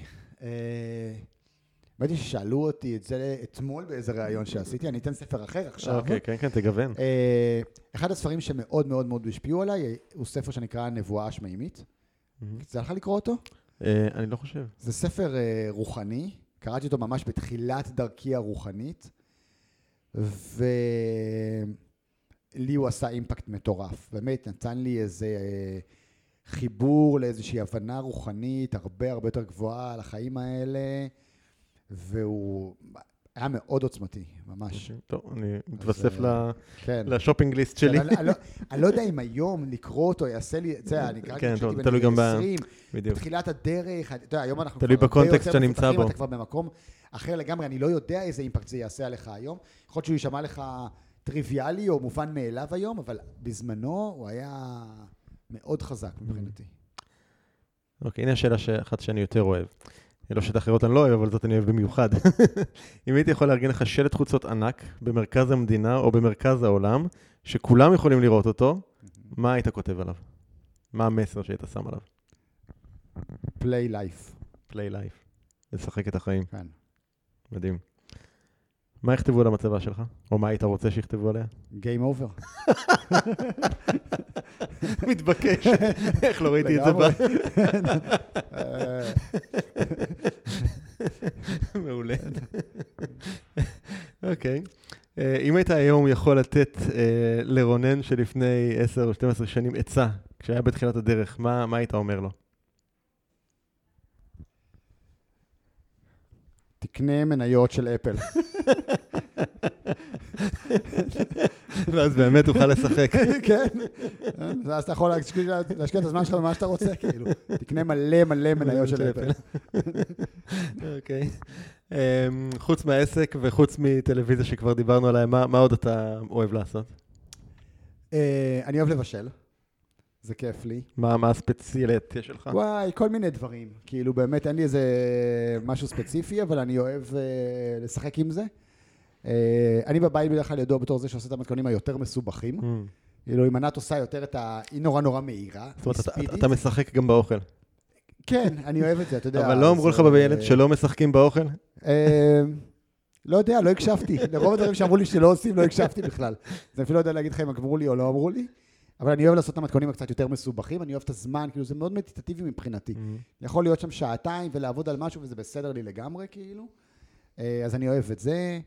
באתי ששאלו אותי את זה אתמול באיזה ראיון שעשיתי, אני אתן ספר אחר עכשיו. אוקיי, כן, תגוון. אחד הספרים שמאוד השפיעו עליי, הוא ספר שנקרא נבואה שמימית. צריך לקרוא אותו? אני לא חושב. זה ספר רוחני, קראתי אותו ממש בתחילת דרכי הרוחנית, ולי הוא עשה אימפקט מטורף. באמת נתן לי איזה חיבור לאיזושהי הבנה רוחנית הרבה הרבה יותר גבוהה על החיים האלה, והוא היה מאוד עוצמתי, ממש. טוב, אני מתווסף כן. לשופינג ליסט שלי. אני לא יודע אם היום לקרוא אותו יעשה לי, אני קראתי כשהייתי תלוי גם ב-20, בתחילת הדרך, אתה יודע, היום אנחנו תלוי בקונטקסט שאני נמצא בו. אתה כבר במקום אחר לגמרי, אני לא יודע איזה אימפקט זה יעשה עליך היום. יכול להיות שהוא יישמע לך טריוויאלי או מובן מאליו היום, אבל בזמנו הוא היה מאוד חזק מבחינתי. אוקיי, הנה השאלה אחת שאני יותר אוהב. לא שאת אחרות אני לא אוהב, אבל זאת אני אוהב במיוחד. אם הייתי יכול לארגן לך שלט חוצות ענק במרכז המדינה או במרכז העולם, שכולם יכולים לראות אותו, מה היית כותב עליו? מה המסר שהיית שם עליו? Play life. Play life. לשחק את החיים. כן. מדהים. מה יכתבו על המצבה שלך? או מה היית רוצה שיכתבו עליה? Game over. מתבקש. איך לא ראיתי את זה בה? מעולה. אוקיי. אם היית היום יכול לתת לרונן שלפני 10 או 12 שנים עצה, כשהיה בתחילת הדרך, מה היית אומר לו? תקנה מניות של אפל. ואז באמת תוכל לשחק. כן. אז אתה יכול להשקיע את הזמן שלך במה שאתה רוצה, כאילו. תקנה מלא מניות של אפל. אוקיי. חוץ מהעסק וחוץ מטלוויזיה שכבר דיברנו עליה, מה עוד אתה אוהב לעשות? אני אוהב לבשל. זה כיף לי. מה הספציאליטיה שלך? וואי, כל מיני דברים. כאילו באמת אין לי איזה משהו ספציפי, אבל אני אוהב לשחק עם זה. אני בבית בדרך כלל ידוע בתור זה שעושה את המתכונים היותר מסובכים. כאילו, אם ענת עושה יותר את היא נורא מהירה. זאת אומרת, אתה משחק גם באוכל. כן, אני אוהב את זה, אתה יודע. אבל לא אמרו לך בילד שלא משחקים באוכל? לא יודע, לא הקשבתי. לרוב הדברים שאמרו לי שלא עושים, לא הקשבתי בכלל. אז אני אפילו לא יודע להגיד לך אם אמרו לי או לא אמרו לי. אבל אני אוהב לעשות את המתכונים הקצת יותר מסובכים, אני אוהב את הזמן, כאילו זה מאוד מדיטטיבי מבחינתי. יכול להיות שם שעתיים ולעבוד על משהו וזה בסדר לי לגמרי, כאילו. אז אני אוהב את זה.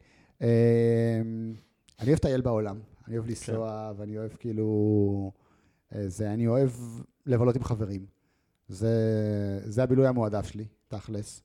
אני אוהב לטייל בעולם. אני אוהב לנסוע ואני אוהב כאילו... אני אוהב לבלות עם חברים. זה הבילוי המועדף שלי, תכלס.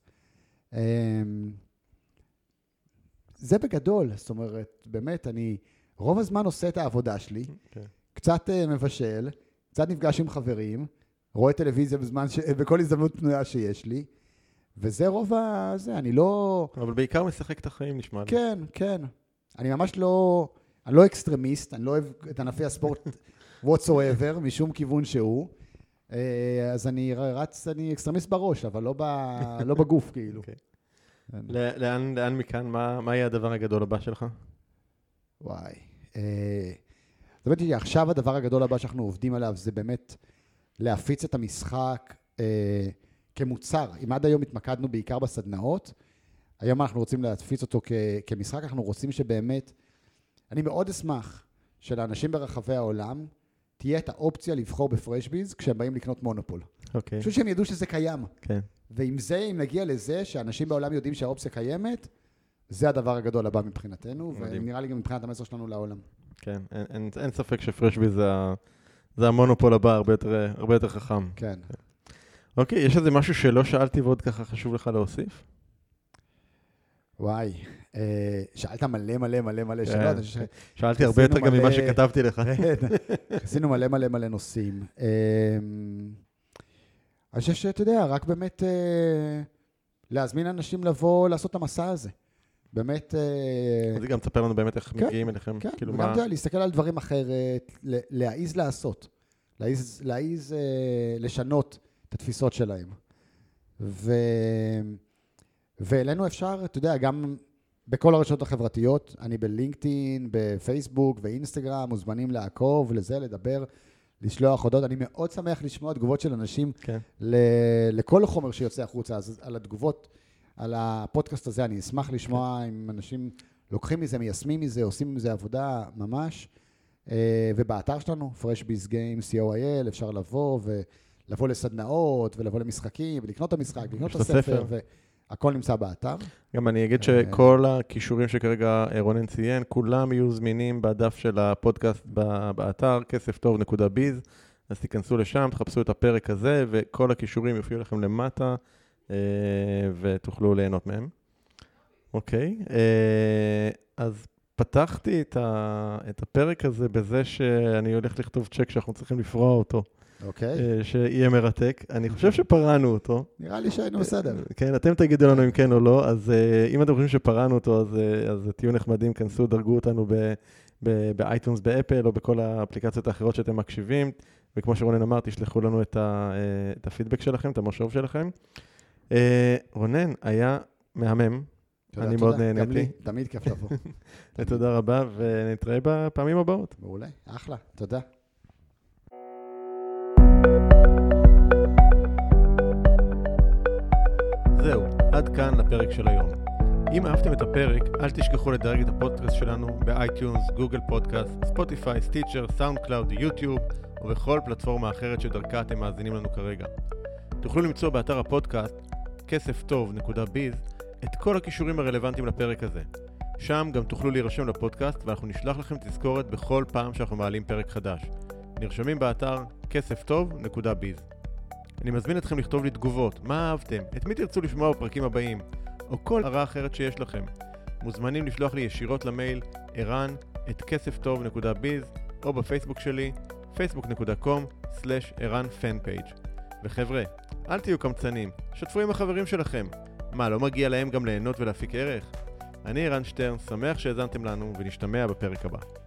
זה בגדול, זאת אומרת, באמת, אני רוב הזמן עושה את העבודה שלי. קצת מבשל, קצת נפגש עם חברים, רואה טלוויזיה בכל הזדמנות פנויה שיש לי, וזה רוב הזה, אני לא... אבל בעיקר משחק את החיים, נשמע לי. כן, כן. אני ממש לא... אני לא אקסטרמיסט, אני לא אוהב את ענפי הספורט whatsoever, משום כיוון שהוא, אז אני אקסטרמיסט בראש, אבל לא בגוף, כאילו. לאן מכאן, מה יהיה הדבר הגדול הבא שלך? וואי, זאת אומרת, עכשיו הדבר הגדול הבא שאנחנו עובדים עליו זה באמת להפיץ את המשחק כמוצר. אם עד היום התמקדנו בעיקר בסדנאות, היום אנחנו רוצים להפיץ אותו כמשחק, אנחנו רוצים שבאמת, אני מאוד אשמח שלאנשים ברחבי העולם תהיה את האופציה לבחור בפרשביז כשהם באים לקנות מונופול. אוקיי. פשוט שהם ידעו שזה קיים. כן. ועם זה, אם נגיע לזה שאנשים בעולם יודעים שהאופציה קיימת, זה הדבר הגדול הבא מבחינתנו, ונראה לי גם מבחינת המסר שלנו לעולם. כן, אין ספק שפרשביז זה המונופול הבא, הרבה יותר חכם. כן. אוקיי, יש איזה משהו שלא שאלתי ועוד ככה חשוב לך להוסיף? וואי, שאלת מלא שאלות. שאלתי הרבה יותר גם ממה שכתבתי לך. עשינו מלא נושאים. אני חושב שאתה יודע, רק באמת להזמין אנשים לבוא לעשות את המסע הזה. באמת... אז גם תספר לנו באמת איך מגיעים אליכם. כן, וגם אתה יודע, להסתכל על דברים אחרת, להעיז לעשות, להעיז לשנות את התפיסות שלהם. ואלינו אפשר, אתה יודע, גם בכל הרשתות החברתיות, אני בלינקדאין, בפייסבוק ואינסטגרם, מוזמנים לעקוב, לזה, לדבר, לשלוח הודעות. אני מאוד שמח לשמוע תגובות של אנשים לכל החומר שיוצא החוצה, אז על התגובות, על הפודקאסט הזה, אני אשמח לשמוע אם אנשים לוקחים מזה, מיישמים מזה, עושים מזה עבודה ממש. ובאתר שלנו, freshbizgame.co.il, אפשר לבוא לבוא לסדנאות ולבוא למשחקים ולקנות את המשחק, לקנות את את הספר. הספר, והכל נמצא באתר. גם אני אגיד שכל הכישורים שכרגע רונן ציין, כולם יהיו זמינים בדף של הפודקאסט באתר, כספטוב.biz, אז תיכנסו לשם, תחפשו את הפרק הזה, וכל הכישורים יופיעו לכם למטה, ותוכלו ליהנות מהם. אוקיי, אז פתחתי את הפרק הזה בזה שאני הולך לכתוב צ'ק שאנחנו צריכים לפרוע אותו. אוקיי. שיהיה מרתק. אני חושב שפרענו אותו. נראה לי שהיינו בסדר. כן, אתם תגידו לנו אם כן או לא, אז אם אתם חושבים שפרענו אותו, אז תהיו נחמדים, כנסו, דרגו אותנו באייטונס, באפל, או בכל האפליקציות האחרות שאתם מקשיבים, וכמו שרונן אמר, תשלחו לנו את הפידבק שלכם, את המשוב שלכם. רונן, היה מהמם. אני מאוד נהניתי. גם לי, תמיד כיף לבוא. תודה רבה, ונתראה בפעמים הבאות. מעולה, אחלה, תודה. זהו, עד כאן לפרק של היום. אם אהבתם את הפרק, אל תשכחו לדרג את הפודקאסט שלנו באייטיונס, גוגל פודקאסט, ספוטיפיי, סטיצ'ר, סאונד קלאוד, יוטיוב, ובכל פלטפורמה אחרת שדרכה אתם מאזינים לנו כרגע. תוכלו למצוא באתר הפודקאסט, כספטוב.biz, את כל הכישורים הרלוונטיים לפרק הזה. שם גם תוכלו להירשם לפודקאסט, ואנחנו נשלח לכם תזכורת בכל פעם שאנחנו מעלים פרק חדש. נרשמים באתר כספטוב.biz. אני מזמין אתכם לכתוב לי תגובות, מה אהבתם, את מי תרצו לשמוע בפרקים הבאים, או כל הרעה אחרת שיש לכם. מוזמנים לשלוח לי ישירות למייל ערן@כספטוב.biz, או בפייסבוק שלי, facebook.com/ערן-fanpage. וחבר'ה, אל תהיו קמצנים, שתפו עם החברים שלכם. מה, לא מגיע להם גם ליהנות ולהפיק ערך? אני ערן שטרן, שמח שהאזנתם לנו, ונשתמע בפרק הבא.